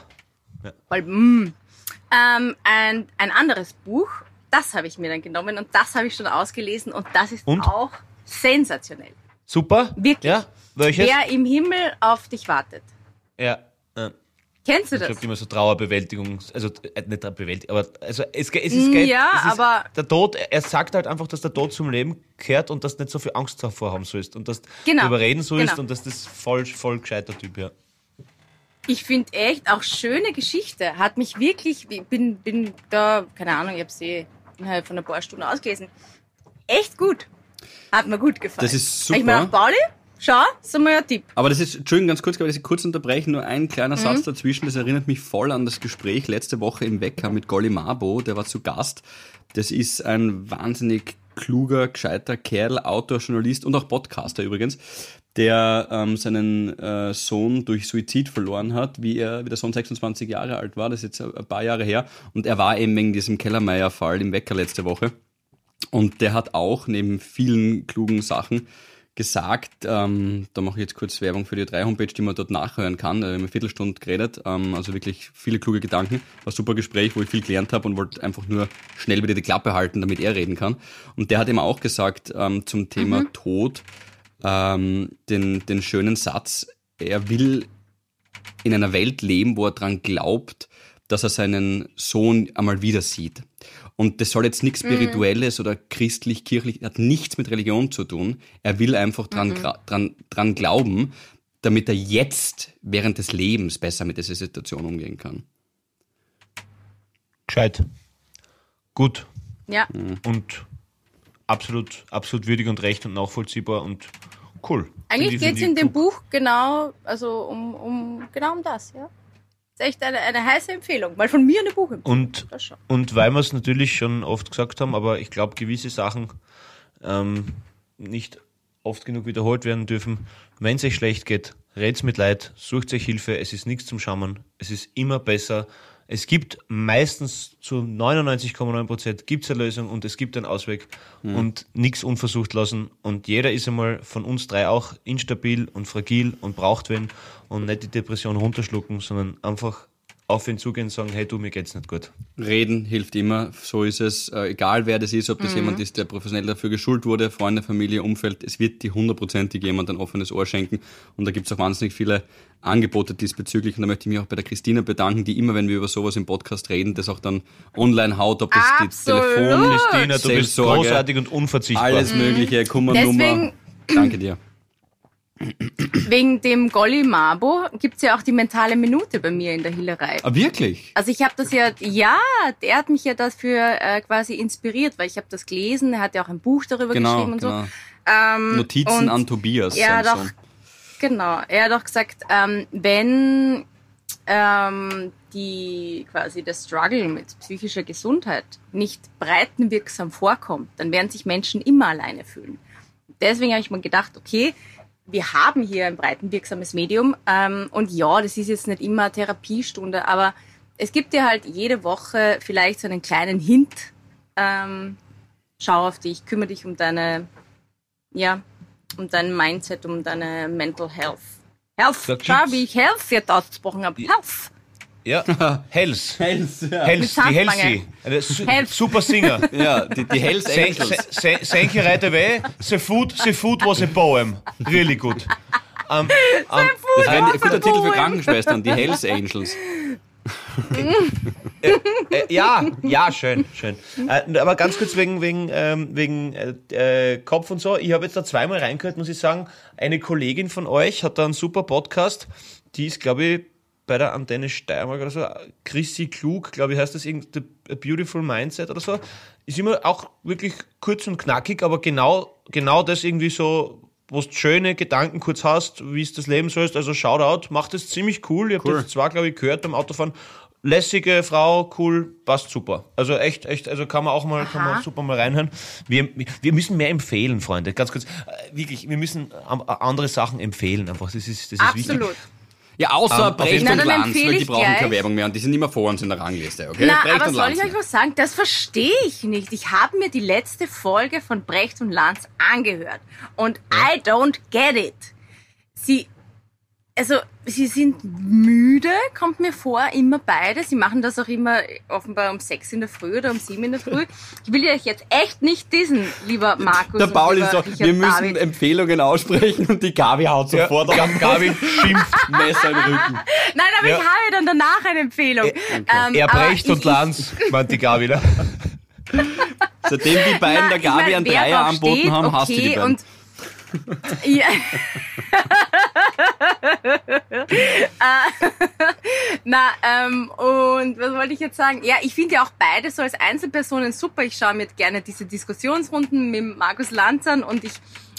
Albom. Ähm, ein, ein anderes Buch, das habe ich mir dann genommen und das habe ich schon ausgelesen und das ist Und? auch sensationell. Super? Wirklich. Ja? Welches? Wer im Himmel auf dich wartet. Ja. ja. Kennst du Ich das? glaube immer so Trauerbewältigung, also äh, nicht Trauerbewältigung, aber also es, es ist geil. Ja, es ist, aber- der Tod, er sagt halt einfach, dass der Tod zum Leben gehört und dass du nicht so viel Angst davor haben sollst und dass Genau, du überreden sollst genau. und dass das voll, voll gescheiter Typ, ja. Ich finde echt auch schöne Geschichte. Hat mich wirklich, bin, bin da, keine Ahnung, ich habe sie innerhalb von ein paar Stunden ausgelesen. Echt gut. Hat mir gut gefallen. Das ist Hab Ich mir super. gedacht, Pauli, schau, das ist einmal ein Tipp. Aber das ist, Entschuldigung, ganz kurz, aber das ist kurz unterbrechen, nur ein kleiner mhm. Satz dazwischen, das erinnert mich voll an das Gespräch letzte Woche im Wecker mit Golly Mabo, der war zu Gast. Das ist ein wahnsinnig kluger, gescheiter Kerl, Autor, Journalist und auch Podcaster übrigens, der ähm, seinen äh, Sohn durch Suizid verloren hat, wie er, wie der Sohn sechsundzwanzig Jahre alt war, das ist jetzt ein paar Jahre her, und er war eben wegen diesem Kellermeier-Fall im Wecker letzte Woche. Und der hat auch neben vielen klugen Sachen gesagt, ähm, da mache ich jetzt kurz Werbung für die Ö drei Homepage, die man dort nachhören kann, da haben wir eine Viertelstunde geredet, ähm, also wirklich viele kluge Gedanken, war ein super Gespräch, wo ich viel gelernt habe und wollte einfach nur schnell wieder die Klappe halten, damit er reden kann. Und der hat eben auch gesagt ähm, zum Thema mhm. Tod, ähm, den, den schönen Satz, er will in einer Welt leben, wo er dran glaubt, dass er seinen Sohn einmal wieder sieht. Und das soll jetzt nichts Spirituelles mhm. oder christlich-kirchlich, hat nichts mit Religion zu tun. Er will einfach dran, mhm. dran, dran glauben, damit er jetzt während des Lebens besser mit dieser Situation umgehen kann. Gescheit. Gut. Ja. Und absolut, absolut würdig und recht und nachvollziehbar und cool. Eigentlich geht es in dem Buch genau, also um, um genau um das, ja. Das ist echt eine, eine heiße Empfehlung, mal von mir eine Buchempfehlung. Und, und weil wir es natürlich schon oft gesagt haben, aber ich glaube, gewisse Sachen ähm, nicht oft genug wiederholt werden dürfen. Wenn es euch schlecht geht, red's mit Leid, sucht euch Hilfe, es ist nichts zum Schammern, es ist immer besser. Es gibt meistens zu neunundneunzig Komma neun Prozent gibt's eine Lösung und es gibt einen Ausweg mhm. und nichts unversucht lassen. Und jeder ist einmal von uns drei auch instabil und fragil und braucht wen und nicht die Depression runterschlucken, sondern einfach auf ihn zugehen und sagen, hey du, mir geht's nicht gut. Reden hilft immer, so ist es. Äh, egal wer das ist, ob das mhm. jemand ist, der professionell dafür geschult wurde, Freunde, Familie, Umfeld, es wird die hundertprozentig jemand ein offenes Ohr schenken. Und da gibt's auch wahnsinnig viele Angebote diesbezüglich. Und da möchte ich mich auch bei der Christina bedanken, die immer, wenn wir über sowas im Podcast reden, das auch dann online haut, ob das Absolut. die Telefon, Christina, du bist großartig und unverzichtbar. Alles mhm. mögliche, Kummernummer. Danke dir. Wegen dem Golly Mabo gibt's ja auch die mentale Minute bei mir in der Hillerei. Ah, wirklich? Also ich habe das ja, ja, der hat mich ja dafür äh, quasi inspiriert, weil ich habe das gelesen, er hat ja auch ein Buch darüber genau, geschrieben und genau. so. Ähm, Notizen an Tobias. Er hat auch, genau, er hat auch gesagt, ähm, wenn ähm, die quasi der Struggle mit psychischer Gesundheit nicht breitenwirksam vorkommt, dann werden sich Menschen immer alleine fühlen. Deswegen habe ich mir gedacht, okay, wir haben hier ein breitenwirksames Medium ähm, und ja, das ist jetzt nicht immer eine Therapiestunde, aber es gibt dir halt jede Woche vielleicht so einen kleinen Hint. Ähm, schau auf dich, kümmere dich um deine, ja, um dein Mindset, um deine Mental Health. Health, schau, wie ich Health jetzt ausgesprochen habe. Health. Ja, Hells. Hells, ja. Hells, die Helsi. Eine su- super Singer. Ja, die, die Hells Angels. Thank you right away. The food, the food was a poem. Really good. Um, um, das wäre ein guter Titel für Krankenschwestern, die Hells Angels. äh, äh, ja, ja, schön, schön. Äh, aber ganz kurz wegen, wegen, ähm, wegen äh, Kopf und so. Ich habe jetzt da zweimal reingehört, muss ich sagen. Eine Kollegin von euch hat da einen super Podcast. Die ist, glaube ich, bei der Antenne Steiermark oder so, Chrissy Klug, glaube ich, heißt das irgendwie, A Beautiful Mindset oder so, ist immer auch wirklich kurz und knackig, aber genau, genau das irgendwie so, wo du schöne Gedanken kurz hast, wie es das Leben sollst, also Shoutout, macht das ziemlich cool, ich habe cool. das zwar, glaube ich, gehört beim Autofahren, lässige Frau, cool, passt super. Also echt, echt, also kann man auch mal, Aha. kann man super mal reinhören. Wir, wir müssen mehr empfehlen, Freunde, ganz kurz, wirklich, wir müssen andere Sachen empfehlen einfach, das ist, das ist Absolut. wichtig. Ja, außer um, Brecht und Lanz, weil die brauchen gleich. keine Werbung mehr und die sind immer vor uns in der Rangliste, okay? Na, Brecht aber und soll Lanz. Ich euch was sagen? Das verstehe ich nicht. Ich habe mir die letzte Folge von Brecht und Lanz angehört und ja. I don't get it. Sie, also, sie sind müde, kommt mir vor, immer beide. Sie machen das auch immer offenbar um sechs in der Früh oder um sieben in der Früh. Ich will euch jetzt echt nicht dissen, lieber Markus. Der Paul ist so, Richard wir müssen David. Empfehlungen aussprechen und die Gabi haut sofort ja, auf. Gabi schimpft, Messer im Rücken. Nein, aber ja. ich habe dann danach eine Empfehlung. Er, ähm, er Brecht und ich, Lanz, meint die Gabi. Ne? Seitdem die beiden Na, der Gabi ich mein, einen wer Dreier drauf anboten steht, haben, okay, hast du die beiden. Und ja. Na, ähm, und was wollte ich jetzt sagen? Ja, ich finde ja auch beide so als Einzelpersonen super. Ich schaue mir gerne diese Diskussionsrunden mit Markus Lanz an und ich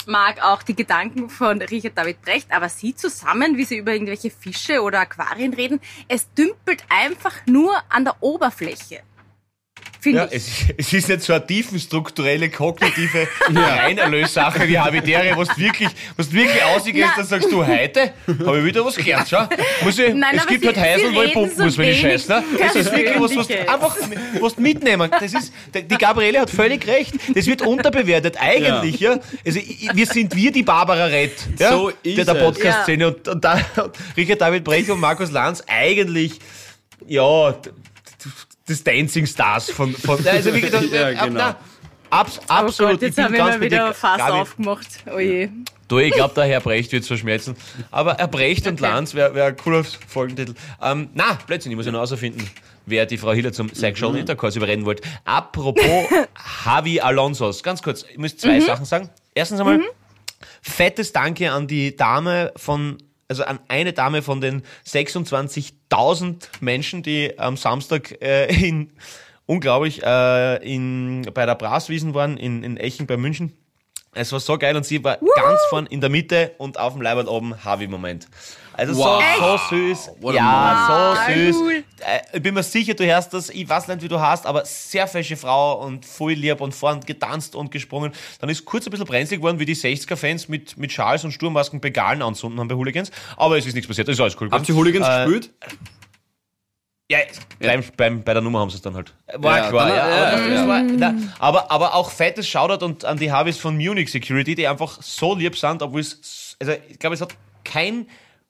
mag auch die Gedanken von Richard David Brecht, aber sie zusammen, wie sie über irgendwelche Fische oder Aquarien reden, es dümpelt einfach nur an der Oberfläche. Finde Ja, ich. es, es ist nicht so eine tiefenstrukturelle, kognitive Reinerlössache wie Habitäre, wo du wirklich, wo du wirklich ausgehst, dann sagst du, heute habe ich wieder was gelernt, schau. Muss ich, Nein, es aber gibt sie- halt Häusl, sie wo ich reden pumpen so muss, wenn ich wenig scheiße. Ne? Das ist wirklich was, was du Persönliches. einfach was du mitnehmen. Das ist, die Gabriele hat völlig recht. Das wird unterbewertet, eigentlich, ja. Also, ich- wir sind wir die Barbara Rett, ja, So ist der, der es. Podcast-Szene. Und, und da, Richard David Brecht und Markus Lanz eigentlich, ja, das Dancing Stars von, von also wirklich, das, Ja, ab- genau. na, abs, Oh absolut. Gott, jetzt bin haben wir ganz mal bei dir, wieder Fass Gabi. aufgemacht. Oh je. Du, ich glaube, der Herr Brecht wird es verschmerzen. Aber Herr Brecht und Okay. Lanz wäre wär ein cooler Folgentitel. Ähm, na, plötzlich, ich muss ja noch herausfinden, wer die Frau Hiller zum Sexual Mhm. Intercourse überreden wollte. Apropos Javi Alonsos. Ganz kurz, ich muss zwei Mhm. Sachen sagen. Erstens einmal, fettes Danke an die Dame von, also an eine Dame von den sechsundzwanzigtausend Menschen, die am Samstag äh, in, unglaublich, äh, in, bei der Braswiesen waren, in, in Echen bei München. Es war so geil und sie war ganz vorn in der Mitte und auf dem Leiberl oben Harvey-Moment. Also Wow. so, so süß. What a Ja, so moment. süß. Cool. Äh, Ich bin mir sicher, du hörst das, ich weiß nicht, wie du hast, aber sehr fesche Frau und voll lieb und vorn getanzt und gesprungen. Dann ist kurz ein bisschen brenzlig geworden, wie die sechziger-Fans mit, mit Schals und Sturmmasken Begalen anzünden haben bei Hooligans. Aber es ist nichts passiert, das ist alles cool. Habt ihr Hooligans Äh, gespielt? Ja, beim, beim, bei der Nummer haben sie es dann halt. War Ja, klar, dann- ja. ja, aber, ja. das war, na, aber, aber auch fettes Shoutout und an die Harveys von Munich Security, die einfach so lieb sind, obwohl es, also ich glaube, es hat kein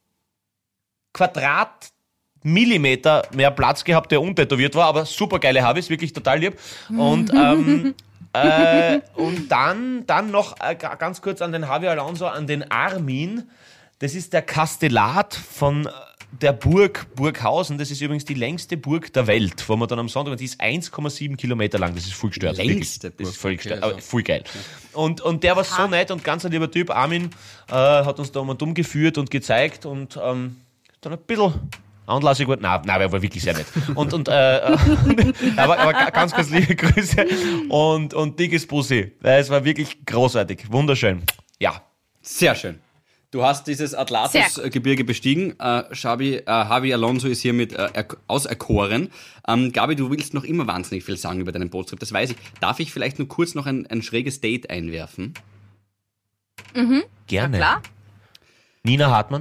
Quadratmillimeter mehr Platz gehabt, der untätowiert war, aber super geile Harveys, wirklich total lieb. Und, ähm, äh, und dann, dann noch äh, ga- ganz kurz an den Javi Alonso, an den Armin. Das ist der Kastellat von äh, der Burg Burghausen. Das ist übrigens die längste Burg der Welt, wo man dann am Sonntag, und die ist eins Komma sieben Kilometer lang. Das ist voll gestört. Längste wirklich. Das Burg. ist voll gestört, Okay, aber also. voll geil. Und, und der war so nett und ganz ein lieber Typ. Armin äh, hat uns da um und um geführt und gezeigt und ähm, dann ein bisschen anlassig geworden. Nein, nein, er war wirklich sehr nett. Und, und, äh, aber, aber ga- ganz, ganz liebe Grüße und, und dickes Bussi. Es war wirklich großartig. Wunderschön. Ja. Sehr schön. Du hast dieses Sehr Atlatus-Gebirge bestiegen. Äh, Xabi, äh, Javi Alonso ist hiermit äh, er- auserkoren. Ähm, Gabi, du willst noch immer wahnsinnig viel sagen über deinen Bootstrip, das weiß ich. Darf ich vielleicht nur kurz noch ein, ein schräges Date einwerfen? Gerne. Klar. Nina Hartmann.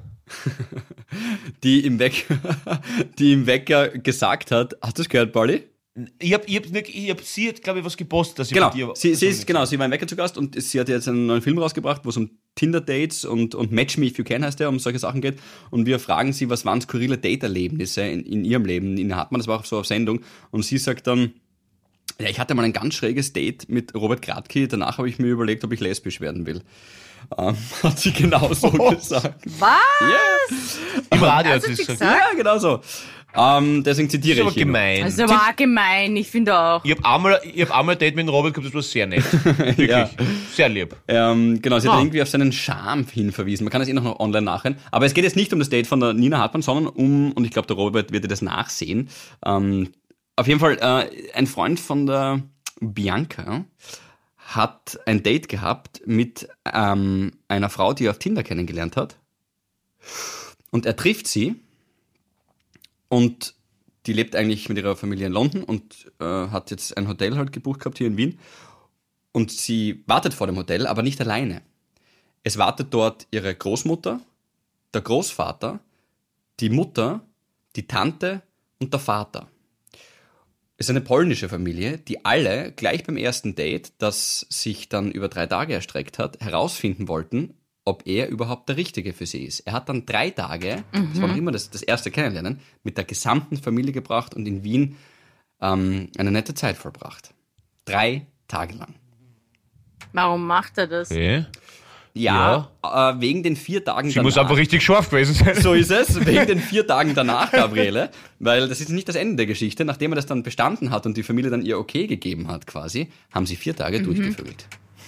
Die im, Weck, die im Wecker gesagt hat, hast du es gehört, Pauli? Ich hab, ich hab, nicht- ich hab sie hat, glaube ich, was gepostet, dass ich Genau, bei dir... sie, sie ist, genau, sie war im Wecker zu Gast und sie hat jetzt einen neuen Film rausgebracht, wo es um Tinder-Dates und, und Match Me If You Can heißt der, um solche Sachen geht. Und wir fragen sie, was waren skurrile Date-Erlebnisse in, in ihrem Leben? Nina Hartmann, das war auch so auf Sendung. Und sie sagt dann, ja, ich hatte mal ein ganz schräges Date mit Robert Gradke, danach habe ich mir überlegt, ob ich lesbisch werden will. Ähm, hat sie genau so gesagt. Was? Yes. Im Radio hat Also sie sie gesagt. gesagt? Ja, genau so. Ähm, deswegen Das ist zitiere aber ich ihn. gemein. Also war gemein, ich finde auch. Ich habe einmal, ich hab einmal ein Date mit dem Robert gehabt, das war sehr nett. Wirklich. Ja. Sehr lieb. Ähm, genau, sie hat Ah. irgendwie auf seinen Charme hinverwiesen. Man kann das eh noch online nachhören. Aber es geht jetzt nicht um das Date von der Nina Hartmann, sondern um, und ich glaube, der Robert wird dir das nachsehen. Ähm, auf jeden Fall, äh, ein Freund von der Bianca hat ein Date gehabt mit ähm, einer Frau, die er auf Tinder kennengelernt hat. Und er trifft sie und die lebt eigentlich mit ihrer Familie in London und äh, hat jetzt ein Hotel halt gebucht gehabt hier in Wien. Und sie wartet vor dem Hotel, aber nicht alleine. Es wartet dort ihre Großmutter, der Großvater, die Mutter, die Tante und der Vater. Es ist eine polnische Familie, die alle gleich beim ersten Date, das sich dann über drei Tage erstreckt hat, herausfinden wollten, ob er überhaupt der Richtige für sie ist. Er hat dann drei Tage, das war noch immer das, das erste Kennenlernen, mit der gesamten Familie gebracht und in Wien ähm, eine nette Zeit vollbracht. Drei Tage lang. Warum macht er das? Okay. Ja, Äh, wegen den vier Tagen Sie danach. muss einfach richtig scharf gewesen sein. So ist es, wegen den vier Tagen danach, Gabriele, weil das ist nicht das Ende der Geschichte. Nachdem er das dann bestanden hat und die Familie dann ihr Okay gegeben hat quasi, haben sie vier Tage durchgevögelt.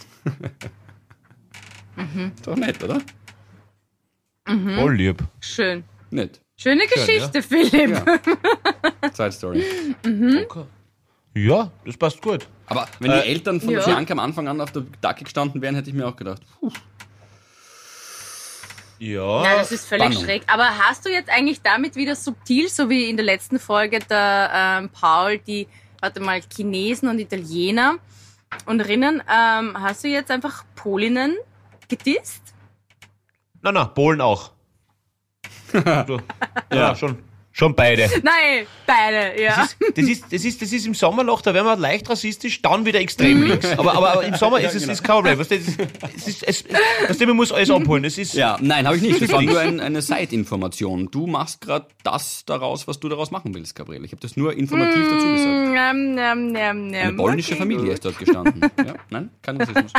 Ist doch nett, oder? Voll lieb. Schön. Nett. Schöne Geschichte, Philipp. Ja. Side Story. Okay. Ja, das passt gut. Aber wenn Äh, die Eltern von ja. Bianca am Anfang an auf der Dacke gestanden wären, hätte ich mir auch gedacht, puh, Ja. Nein, das ist völlig Spannung. schräg. Aber hast du jetzt eigentlich damit wieder subtil, so wie in der letzten Folge der ähm, Paul, die, warte mal, Chinesen und Italiener und Rinnen, ähm, hast du jetzt einfach Polinnen gedisst? Nein, nein, Polen auch. So. Ja, schon. Schon beide. Nein, beide, ja. Das ist, das, ist, das, ist, das ist im Sommerloch, da werden wir leicht rassistisch, dann wieder extrem links. Aber, aber, aber im Sommer ist es ist kein Problem. Weißt du, es ist, es ist, es, weißt du, man muss alles abholen. Es ist, ja, nein, habe ich nicht. Das war nur ein, eine Side-Information. Du machst gerade das daraus, was du daraus machen willst, Gabriele. Ich habe das nur informativ dazu gesagt. Nam, nam, nam, nam. Eine polnische Okay, Familie gut. ist dort gestanden. Ja, nein, kein Rassismus.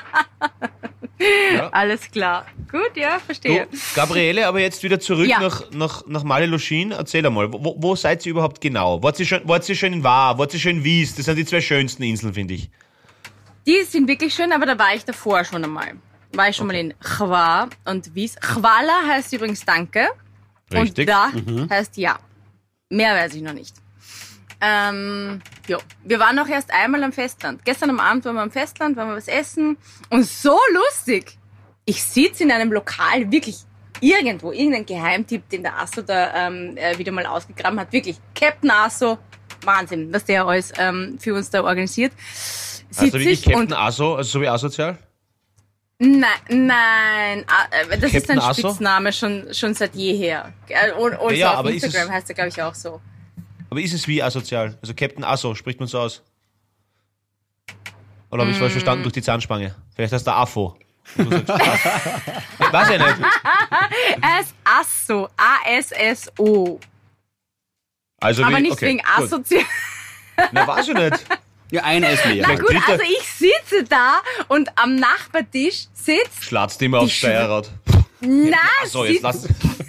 Alles klar. Gut, ja, du, verstehe. Gabriele, aber jetzt wieder zurück Ja. nach, nach, nach Male-Loschin. Erzähl einmal, wo, wo seid ihr überhaupt genau? Wart ihr schon, wart ihr schon in War? Wart ihr schon in Wies? Das sind die zwei schönsten Inseln, finde ich. Die sind wirklich schön, aber da war ich davor schon einmal. War ich schon mal in Chwa und Wies. Chwala heißt übrigens Danke. Richtig. Und da heißt Ja. Mehr weiß ich noch nicht. Ähm, jo. Wir waren auch erst einmal am Festland. Gestern am Abend waren wir am Festland, waren wir was essen. Und so lustig. Ich sitze in einem Lokal, wirklich irgendwo, irgendein Geheimtipp, den der Asso da ähm, äh, wieder mal ausgegraben hat. Wirklich, Captain Asso, Wahnsinn, was der alles ähm, für uns da organisiert. Sitz Also wirklich ich Captain und Asso, also so wie asozial? Nein, nein, ah, äh, das ist Captain ein Asso? Spitzname schon, schon seit jeher. Äh, Und, und Ja, so auf aber ist Instagram es- heißt er, glaube ich, auch so. Aber ist es wie asozial? Also Captain Asso, spricht man so aus? Oder habe ich falsch verstanden durch die Zahnspange? Vielleicht heißt der Affo. Und du sagst, was? Weiß ich nicht. Er ist Asso, A S S O. Also Aber wie, nicht okay, wegen gut. asozial. Na, weiß ich nicht. Ja, ein S mehr. Na gut, bitte. also ich sitze da und am Nachbartisch sitzt, Schlatzt immer aufs Die Steuerrad. na, So, jetzt sitzt, lass.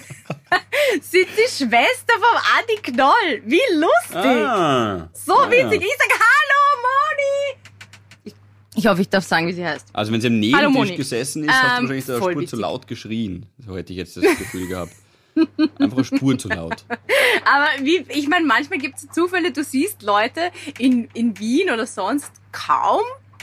sitzt die Schwester vom Adi Knoll. Wie lustig. Ah. So witzig. Ich sag, hallo Moni. Ich, ich hoffe, ich darf sagen, wie sie heißt. Also wenn sie am Hallo, Nebentisch Moni. gesessen ist, hast du Ähm, wahrscheinlich da eine voll Spur zu witzig. laut geschrien. So hätte ich jetzt das Gefühl gehabt. Einfach eine Spur zu laut. Aber wie, ich meine, manchmal gibt es Zufälle, du siehst Leute in, in Wien oder sonst kaum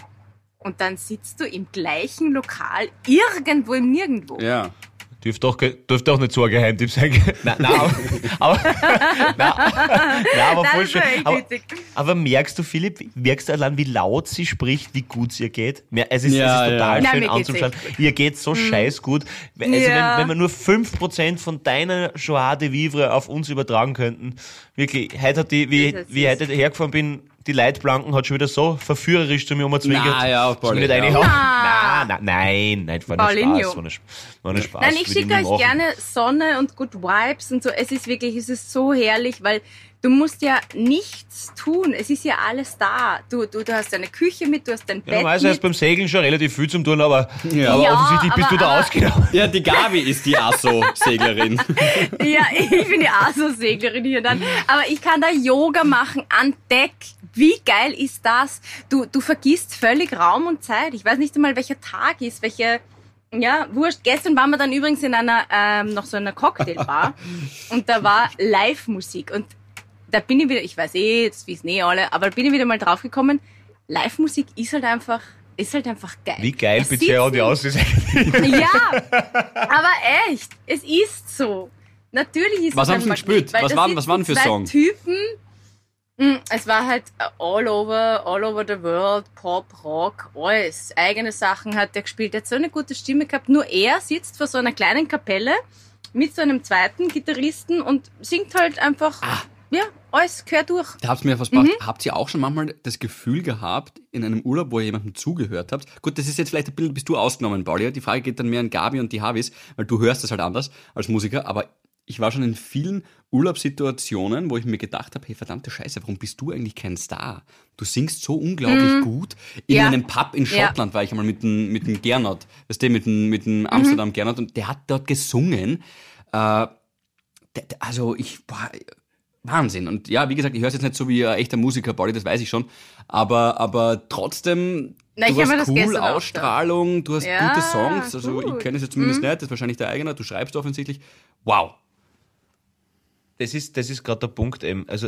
und dann sitzt du im gleichen Lokal irgendwo im Nirgendwo. Ja. Dürfte auch, ge- dürfte auch nicht so ein Geheimtipp sein. Nein, nein, aber, aber, nein, nein, aber Nein, voll das schön. war echt Aber, witzig. aber merkst du, Philipp, merkst du allein, wie laut sie spricht, wie gut es ihr geht? Mer- Es ist, Ja, es ist total ja. schön Nein, mir geht's anzuschauen. Ihr geht so scheiß gut. Also Ja. wenn, wenn wir nur fünf Prozent von deiner Joie de Vivre auf uns übertragen könnten, wirklich, heute hat die, wie, Das ist wie ich süß. heute hergefahren bin, die Leitplanken hat schon wieder so verführerisch zu mir umgezwinkert. Na ja, dass ich mich Pauli, nicht ja. reinhauen. Na. Nein, nein, nein, nein, war nur Paulinho. Spaß, war nur, war nur Spaß. Nein, ich würde schicke nie euch machen. gerne Sonne und Good Vibes und so. Es ist wirklich, es ist so herrlich, weil du musst ja nichts tun. Es ist ja alles da. Du, du, du hast deine Küche mit, du hast dein Ja, Bett normalerweise hast mit. beim Segeln schon relativ viel zum tun, aber, Ja. aber Ja, offensichtlich bist aber- du da aber- ausgenommen. Ja, die Gabi ist die Asso-Seglerin. Ja, ich bin die Aso-Seglerin hier dann. Aber ich kann da Yoga machen an Deck. Wie geil ist das? Du, du vergisst völlig Raum und Zeit. Ich weiß nicht einmal, welcher Tag ist, welche, ja, wurscht. Gestern waren wir dann übrigens in einer, ähm, noch so einer Cocktailbar und da war Live-Musik und da bin ich wieder, ich weiß eh, das wissen eh alle, aber da bin ich wieder mal draufgekommen, Live-Musik ist halt einfach, ist halt einfach geil. Wie geil Es Pizzeria sitzen- die aus ist eigentlich. Ja, aber echt, es ist so. Natürlich ist Was es haben ein Sie Magnet, gespielt? weil Was da waren- sitzen was waren für zwei Songs? Typen. Mm, Es war halt all over, all over the world, Pop, Rock, alles. Eigene Sachen hat er gespielt. Er hat so eine gute Stimme gehabt. Nur er sitzt vor so einer kleinen Kapelle mit so einem zweiten Gitarristen und singt halt einfach, Ah. ja, alles quer durch. Da habt ihr mir was gebracht. Habt ihr auch schon manchmal das Gefühl gehabt, in einem Urlaub, wo ihr jemandem zugehört habt? Gut, das ist jetzt vielleicht ein bisschen, bist du ausgenommen, Pauli. Die Frage geht dann mehr an Gabi und die Havis, weil du hörst das halt anders als Musiker, aber ich war schon in vielen Urlaubssituationen, wo ich mir gedacht habe, hey, verdammte Scheiße, warum bist du eigentlich kein Star? Du singst so unglaublich gut. In Ja. einem Pub in Ja. Schottland war ich einmal mit dem, mit dem Gernot, weißt du, mit dem, mit dem Amsterdam Gernot und der hat dort gesungen. Äh, der, der, also ich, boah, Wahnsinn. Und ja, wie gesagt, ich höre es jetzt nicht so wie ein echter Musiker, Pauli, das weiß ich schon. Aber, aber trotzdem, Na, ich du hab mir hast das cool, gestern auch Ausstrahlung, du hast Ja, gute Songs. Also ich gut. kenne es jetzt zumindest nicht, das ist wahrscheinlich der eigene, du schreibst offensichtlich. Wow. Das ist, das ist gerade der Punkt eben. Also,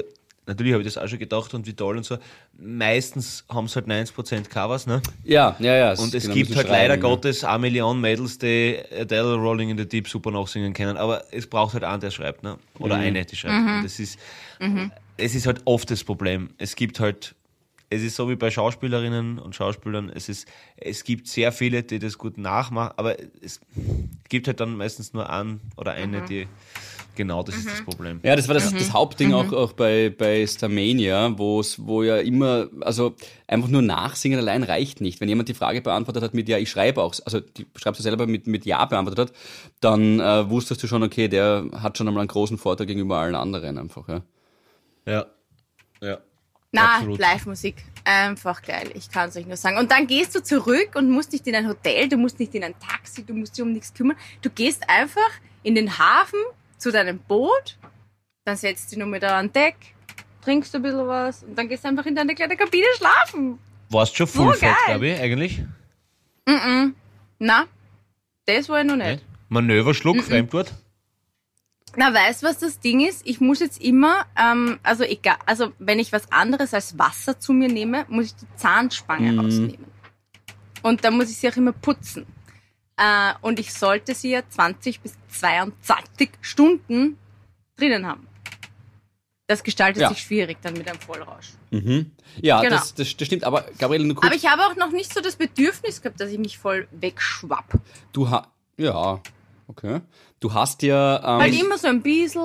natürlich habe ich das auch schon gedacht und wie toll und so. Meistens haben es halt neunzig Prozent Covers, ne? Ja, ja, ja. Und es genau, gibt müssen halt schreiben, leider ja. Gottes eine Million Mädels, die Adele Rolling in the Deep super nachsingen können, aber es braucht halt einen, der schreibt, ne? Oder Mhm. eine, die schreibt. Und das ist, es ist halt oft das Problem. Es gibt halt, es ist so wie bei Schauspielerinnen und Schauspielern, es ist, es gibt sehr viele, die das gut nachmachen, aber es gibt halt dann meistens nur einen oder eine, die, genau, das ist das Problem. Ja, das war das, Mhm. das Hauptding auch, auch bei, bei Starmania, wo's, wo ja immer, also einfach nur nachsingen allein reicht nicht. Wenn jemand die Frage beantwortet hat mit Ja, ich schreibe auch, also die schreibst du selber mit, mit Ja beantwortet hat, dann äh, wusstest du schon, okay, der hat schon einmal einen großen Vorteil gegenüber allen anderen einfach. Ja. Ja. Ja. Na, Absolut. Live-Musik. Einfach geil. Ich kann es euch nur sagen. Und dann gehst du zurück und musst nicht in ein Hotel, du musst nicht in ein Taxi, du musst dich um nichts kümmern. Du gehst einfach in den Hafen zu deinem Boot, dann setzt dich nur mit an Deck, trinkst ein bisschen was und dann gehst du einfach in deine kleine Kabine schlafen. Warst schon full So fett, geil. glaube ich, eigentlich? Na, das war ich noch nicht. Nicht? Manöverschluck, Fremdwort? Na, weißt du, was das Ding ist? Ich muss jetzt immer, ähm, also egal, also wenn ich was anderes als Wasser zu mir nehme, muss ich die Zahnspange rausnehmen. Und dann muss ich sie auch immer putzen. Äh, und ich sollte sie ja zwanzig bis zweiundzwanzig Stunden drinnen haben. Das gestaltet Ja. sich schwierig dann mit einem Vollrausch. Mhm. Ja, Genau. das, das, das stimmt. Aber Gabriele, nur kurz. Aber ich habe auch noch nicht so das Bedürfnis gehabt, dass ich mich voll wegschwapp. Du hast, ja, okay. Du hast ja, ähm, Halt immer so ein bisschen,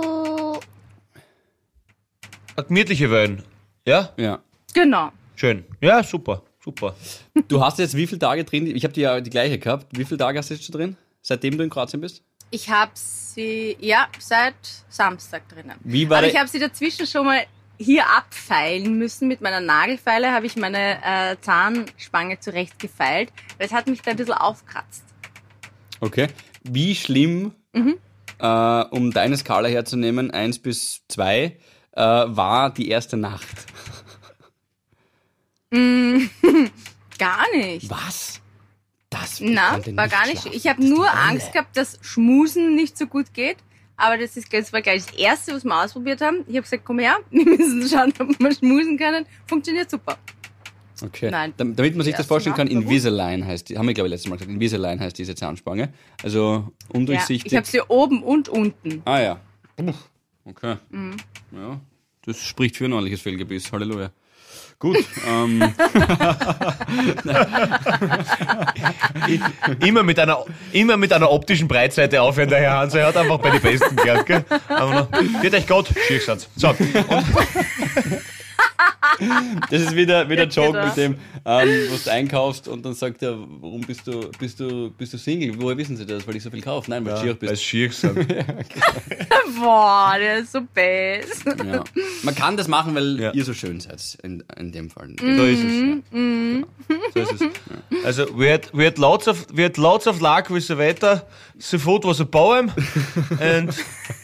Eine gemütliche Wellen. Ja? ja. genau. Schön. Ja, super. Super. Du hast jetzt wie viele Tage drin? Ich habe die ja die gleiche gehabt. Wie viele Tage hast du jetzt schon drin? Seitdem du in Kroatien bist? Ich habe sie, ja, seit Samstag drinnen. Wie war Aber der- ich habe sie dazwischen schon mal hier abfeilen müssen. Mit meiner Nagelfeile habe ich meine äh, Zahnspange zurecht gefeilt. Das hat mich da ein bisschen aufkratzt. Okay. Wie schlimm, äh, um deine Skala herzunehmen, eins bis zwei, äh, war die erste Nacht? Gar nicht. Was? Das Na, konnte war nicht gar nicht. schlafen. Ich habe nur Die Hölle. Angst gehabt, dass Schmusen nicht so gut geht. Aber das ist das war gleich das Erste, was wir ausprobiert haben. Ich habe gesagt, komm her, wir müssen schauen, ob wir schmusen können. Funktioniert super. Okay. Nein. Dam- Damit man sich Die das erste vorstellen kann, Nacht war gut. Invisalign heißt die, haben wir glaube ich letztes Mal gesagt, Invisalign heißt diese Zahnspange. Also Ja, undurchsichtig. ich habe sie oben und unten. Ah ja. Okay. Mhm. Ja, das spricht für ein ordentliches Fehlgebiss. Halleluja. Gut. ähm, Immer mit einer, immer mit einer optischen Breitseite aufhören, der Herr Hanser. Er hat einfach bei den Besten gelernt, gell? Aber noch, geht euch Gott, Schiersatz. So, und das ist wieder, wieder ein Joke Genau. mit dem, ähm, was du einkaufst und dann sagt er, warum bist du, bist du, bist du Single? Woher wissen Sie das? Weil ich so viel kaufe? Nein, weil du schier bist. als Schiersatz. Boah, der ist so best. Ja. Man kann das machen, weil Ja. ihr so schön seid, in, in dem Fall. So ist es. Ja. So ist es. Also, we had, we had lots of, we had lots of luck with the weather. The food was a poem. And,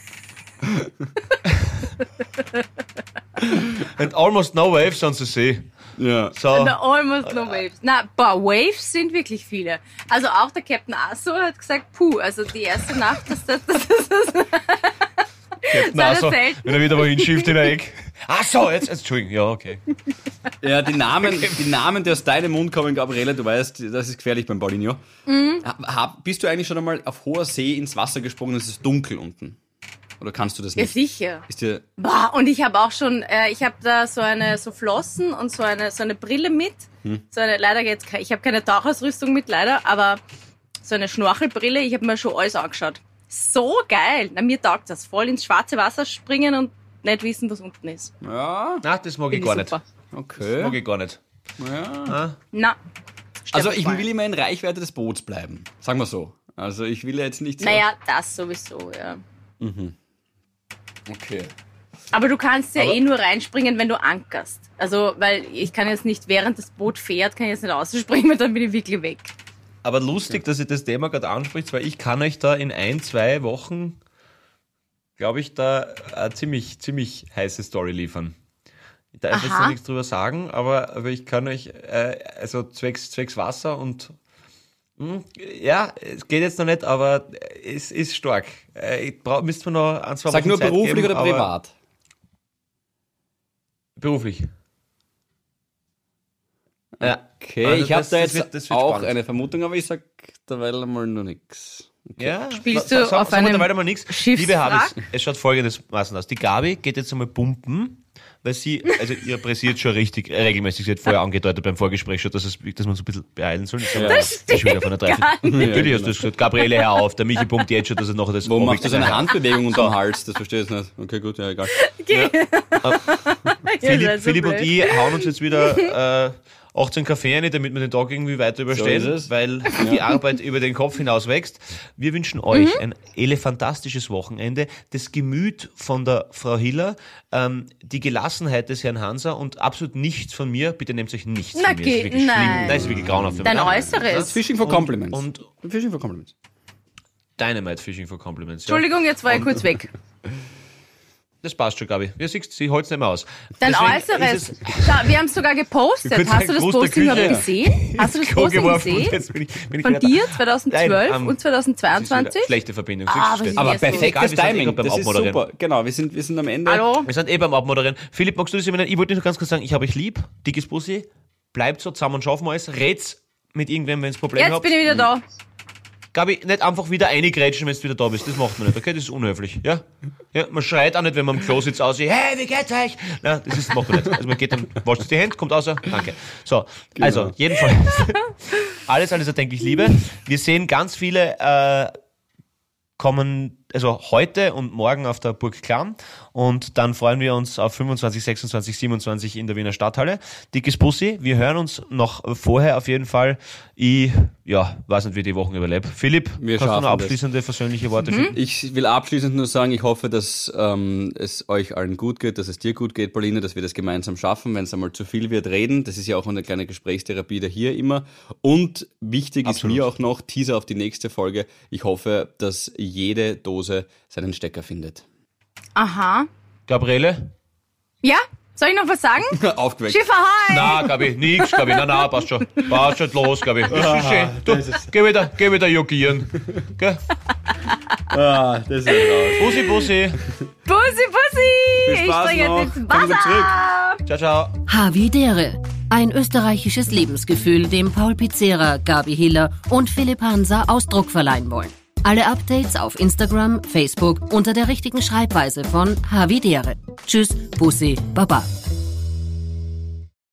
and almost no waves on the sea. Ja. So, Na, almost no waves. Na, boah, Waves sind wirklich viele. Also auch der Captain Asso hat gesagt, puh, also die erste Nacht, das, das, das, das, das Captain Seine Asso, Selten- wenn er wieder wohin schiebt in der Eck. Ach so, jetzt, jetzt, Entschuldigung, ja, okay. Ja, die Namen, die Namen, die aus deinem Mund kommen, Gabriele, du weißt, das ist gefährlich beim Paulinho. Mhm. Hab, bist du eigentlich schon einmal auf hoher See ins Wasser gesprungen und es ist dunkel unten? Oder kannst du das ja nicht? sicher. Ist dir, Boah, und ich habe auch schon, äh, ich habe da so eine so Flossen und so eine so eine Brille mit. So eine, leider jetzt, ke- ich habe keine Tauchausrüstung mit, leider, aber so eine Schnorchelbrille, ich habe mir schon alles angeschaut. So geil. Na, mir taugt das. Voll ins schwarze Wasser springen und nicht wissen, was unten ist. ja, Na, das mag ich Finde gar ich nicht. super. Das okay. mag ich gar nicht. Ja. Na. Also Stefan ich Fall. will immer in Reichweite des Boots bleiben. Sagen wir so. Also ich will jetzt nicht so... Naja, das sowieso, ja. Okay. Aber du kannst ja Aber- eh nur reinspringen, wenn du ankerst. Also, weil ich kann jetzt nicht, während das Boot fährt, kann ich jetzt nicht ausspringen, weil dann bin ich wirklich weg. Aber lustig, dass ihr das Thema gerade anspricht, weil ich kann euch da in ein, zwei Wochen, glaube ich, da eine ziemlich, ziemlich heiße Story liefern. Ich darf jetzt Aha. noch nichts drüber sagen, aber, aber ich kann euch, äh, also zwecks, zwecks Wasser und hm, ja, es geht jetzt noch nicht, aber es ist stark. Äh, ich brauch, müsst mir noch ein, zwei Sag Wochen nur Zeit beruflich geben, oder aber privat? Beruflich. Ja. Okay, Also ich habe das- da das jetzt wird- das wird auch spannend. eine Vermutung, aber ich sag derweil mal noch nichts. Ja, Spielst sa- du sa- auf sagen wir einem derweil mal nichts. Schiffswrack? Liebe Habis, es schaut folgendermaßen aus. Die Gabi geht jetzt einmal pumpen, weil sie, also ihr pressiert schon richtig äh, regelmäßig. Sie hat vorher angedeutet beim Vorgespräch schon, dass, es, dass man so ein bisschen beeilen soll. Das, Das ist schon wieder von der gar Dreiviertel. nicht. Natürlich hast du das gesagt. Gabriele, hör auf. Der Michi pumpt jetzt schon, dass er noch das... Wo machst du so eine Objekt- Handbewegung unterm Hals? Das verstehe ich nicht. Okay, gut, ja, egal. Ihr Philipp, seid so Philipp und blöd. ich hauen uns jetzt wieder äh, achtzehn Kaffee rein, damit wir den Tag irgendwie weiter überstehen, ist es. weil die Arbeit über den Kopf hinaus wächst. Wir wünschen euch Mhm. ein elefantastisches Wochenende, das Gemüt von der Frau Hiller, ähm, die Gelassenheit des Herrn Hanser und absolut nichts von mir. Bitte nehmt euch nichts Na, von mir. Das ist geh- wirklich schlimm. nein. Das ist wirklich grauenhaft. Dein Ja. Äußeres. Fishing for Compliments. Und Fishing for Compliments. Dynamite Fishing for Compliments. Ja. Entschuldigung, jetzt war ich kurz weg. Das passt schon, Gabi. Ja, siehst, sie holt's nicht mehr aus. Dein Deswegen Äußeres. ist es- Schau, wir haben es sogar gepostet. Kurz Hast du das Gruß der Posting Küche. überhaupt gesehen? Hast du das Klo Posting geworfen und gesehen? jetzt bin ich- bin ich Von wieder da. dir zweitausendzwölf Nein, ähm, und Das ist wieder zweitausendzweiundzwanzig? schlechte Verbindung. Ah, Siehst du, was ist aber Aber jetzt so? perfektes Egal, wir sind eh Timing. gerade beim Das ist Abmoderieren. super. Genau, wir sind, wir sind am Ende. Hallo? Wir sind eh beim Abmoderieren. Philipp, magst du das übernehmen? Ich wollte nur ganz kurz sagen, ich habe euch lieb. Dickes Bussi. Bleibt so zusammen und schaffen wir es. Red's mit irgendwem, wenn ihr Probleme Jetzt habt. bin ich wieder da. Gabi, nicht einfach wieder reingrätschen, wenn du wieder da bist. Das macht man nicht, okay? Das ist unhöflich, ja? Ja, man schreit auch nicht, wenn man am Klo sitzt, aus, hey, wie geht's euch? Nein, das ist, macht man nicht. Also man geht dann, wascht sich die Hände, kommt raus, danke. So, also, jedenfalls, alles, alles erdenklich Liebe. Wir sehen ganz viele, äh, kommen also heute und morgen auf der Burg Klamm und dann freuen wir uns auf fünfundzwanzig, sechsundzwanzig, siebenundzwanzig in der Wiener Stadthalle. Dickes Bussi, wir hören uns noch vorher auf jeden Fall. Ich, ja, weiß nicht, wie die Wochen überlebe. Philipp, Wir kannst du noch schaffen das. abschließende, versöhnliche Worte finden? Ich will abschließend nur sagen, ich hoffe, dass ähm, es euch allen gut geht, dass es dir gut geht, Pauline, dass wir das gemeinsam schaffen. Wenn es einmal zu viel wird, reden. Das ist ja auch eine kleine Gesprächstherapie da hier immer. Und wichtig Absolut. ist mir auch noch, Teaser auf die nächste Folge. Ich hoffe, dass jede Dose seinen Stecker findet. Aha. Gabriele? Ja? Soll ich noch was sagen? Aufgeweckt. Schiff ahoi! Na, Gabi, nix, Gabi. Na, na, passt schon. Passt schon, los, Gabi. Das ist schön. Du, geh wieder, geh wieder jogieren. Gell? Ah, das ist ja raus. Bussi, Bussi. Bussi, Bussi! Viel Ich Spaß spring noch. jetzt ins Komm gut Wasser! Ciao, ciao. Havidere. Ein österreichisches Lebensgefühl, dem Paul Pizzera, Gabi Hiller und Philipp Hansa Ausdruck verleihen wollen. Alle Updates auf Instagram, Facebook unter der richtigen Schreibweise von Havidere. Tschüss, Bussi, Baba.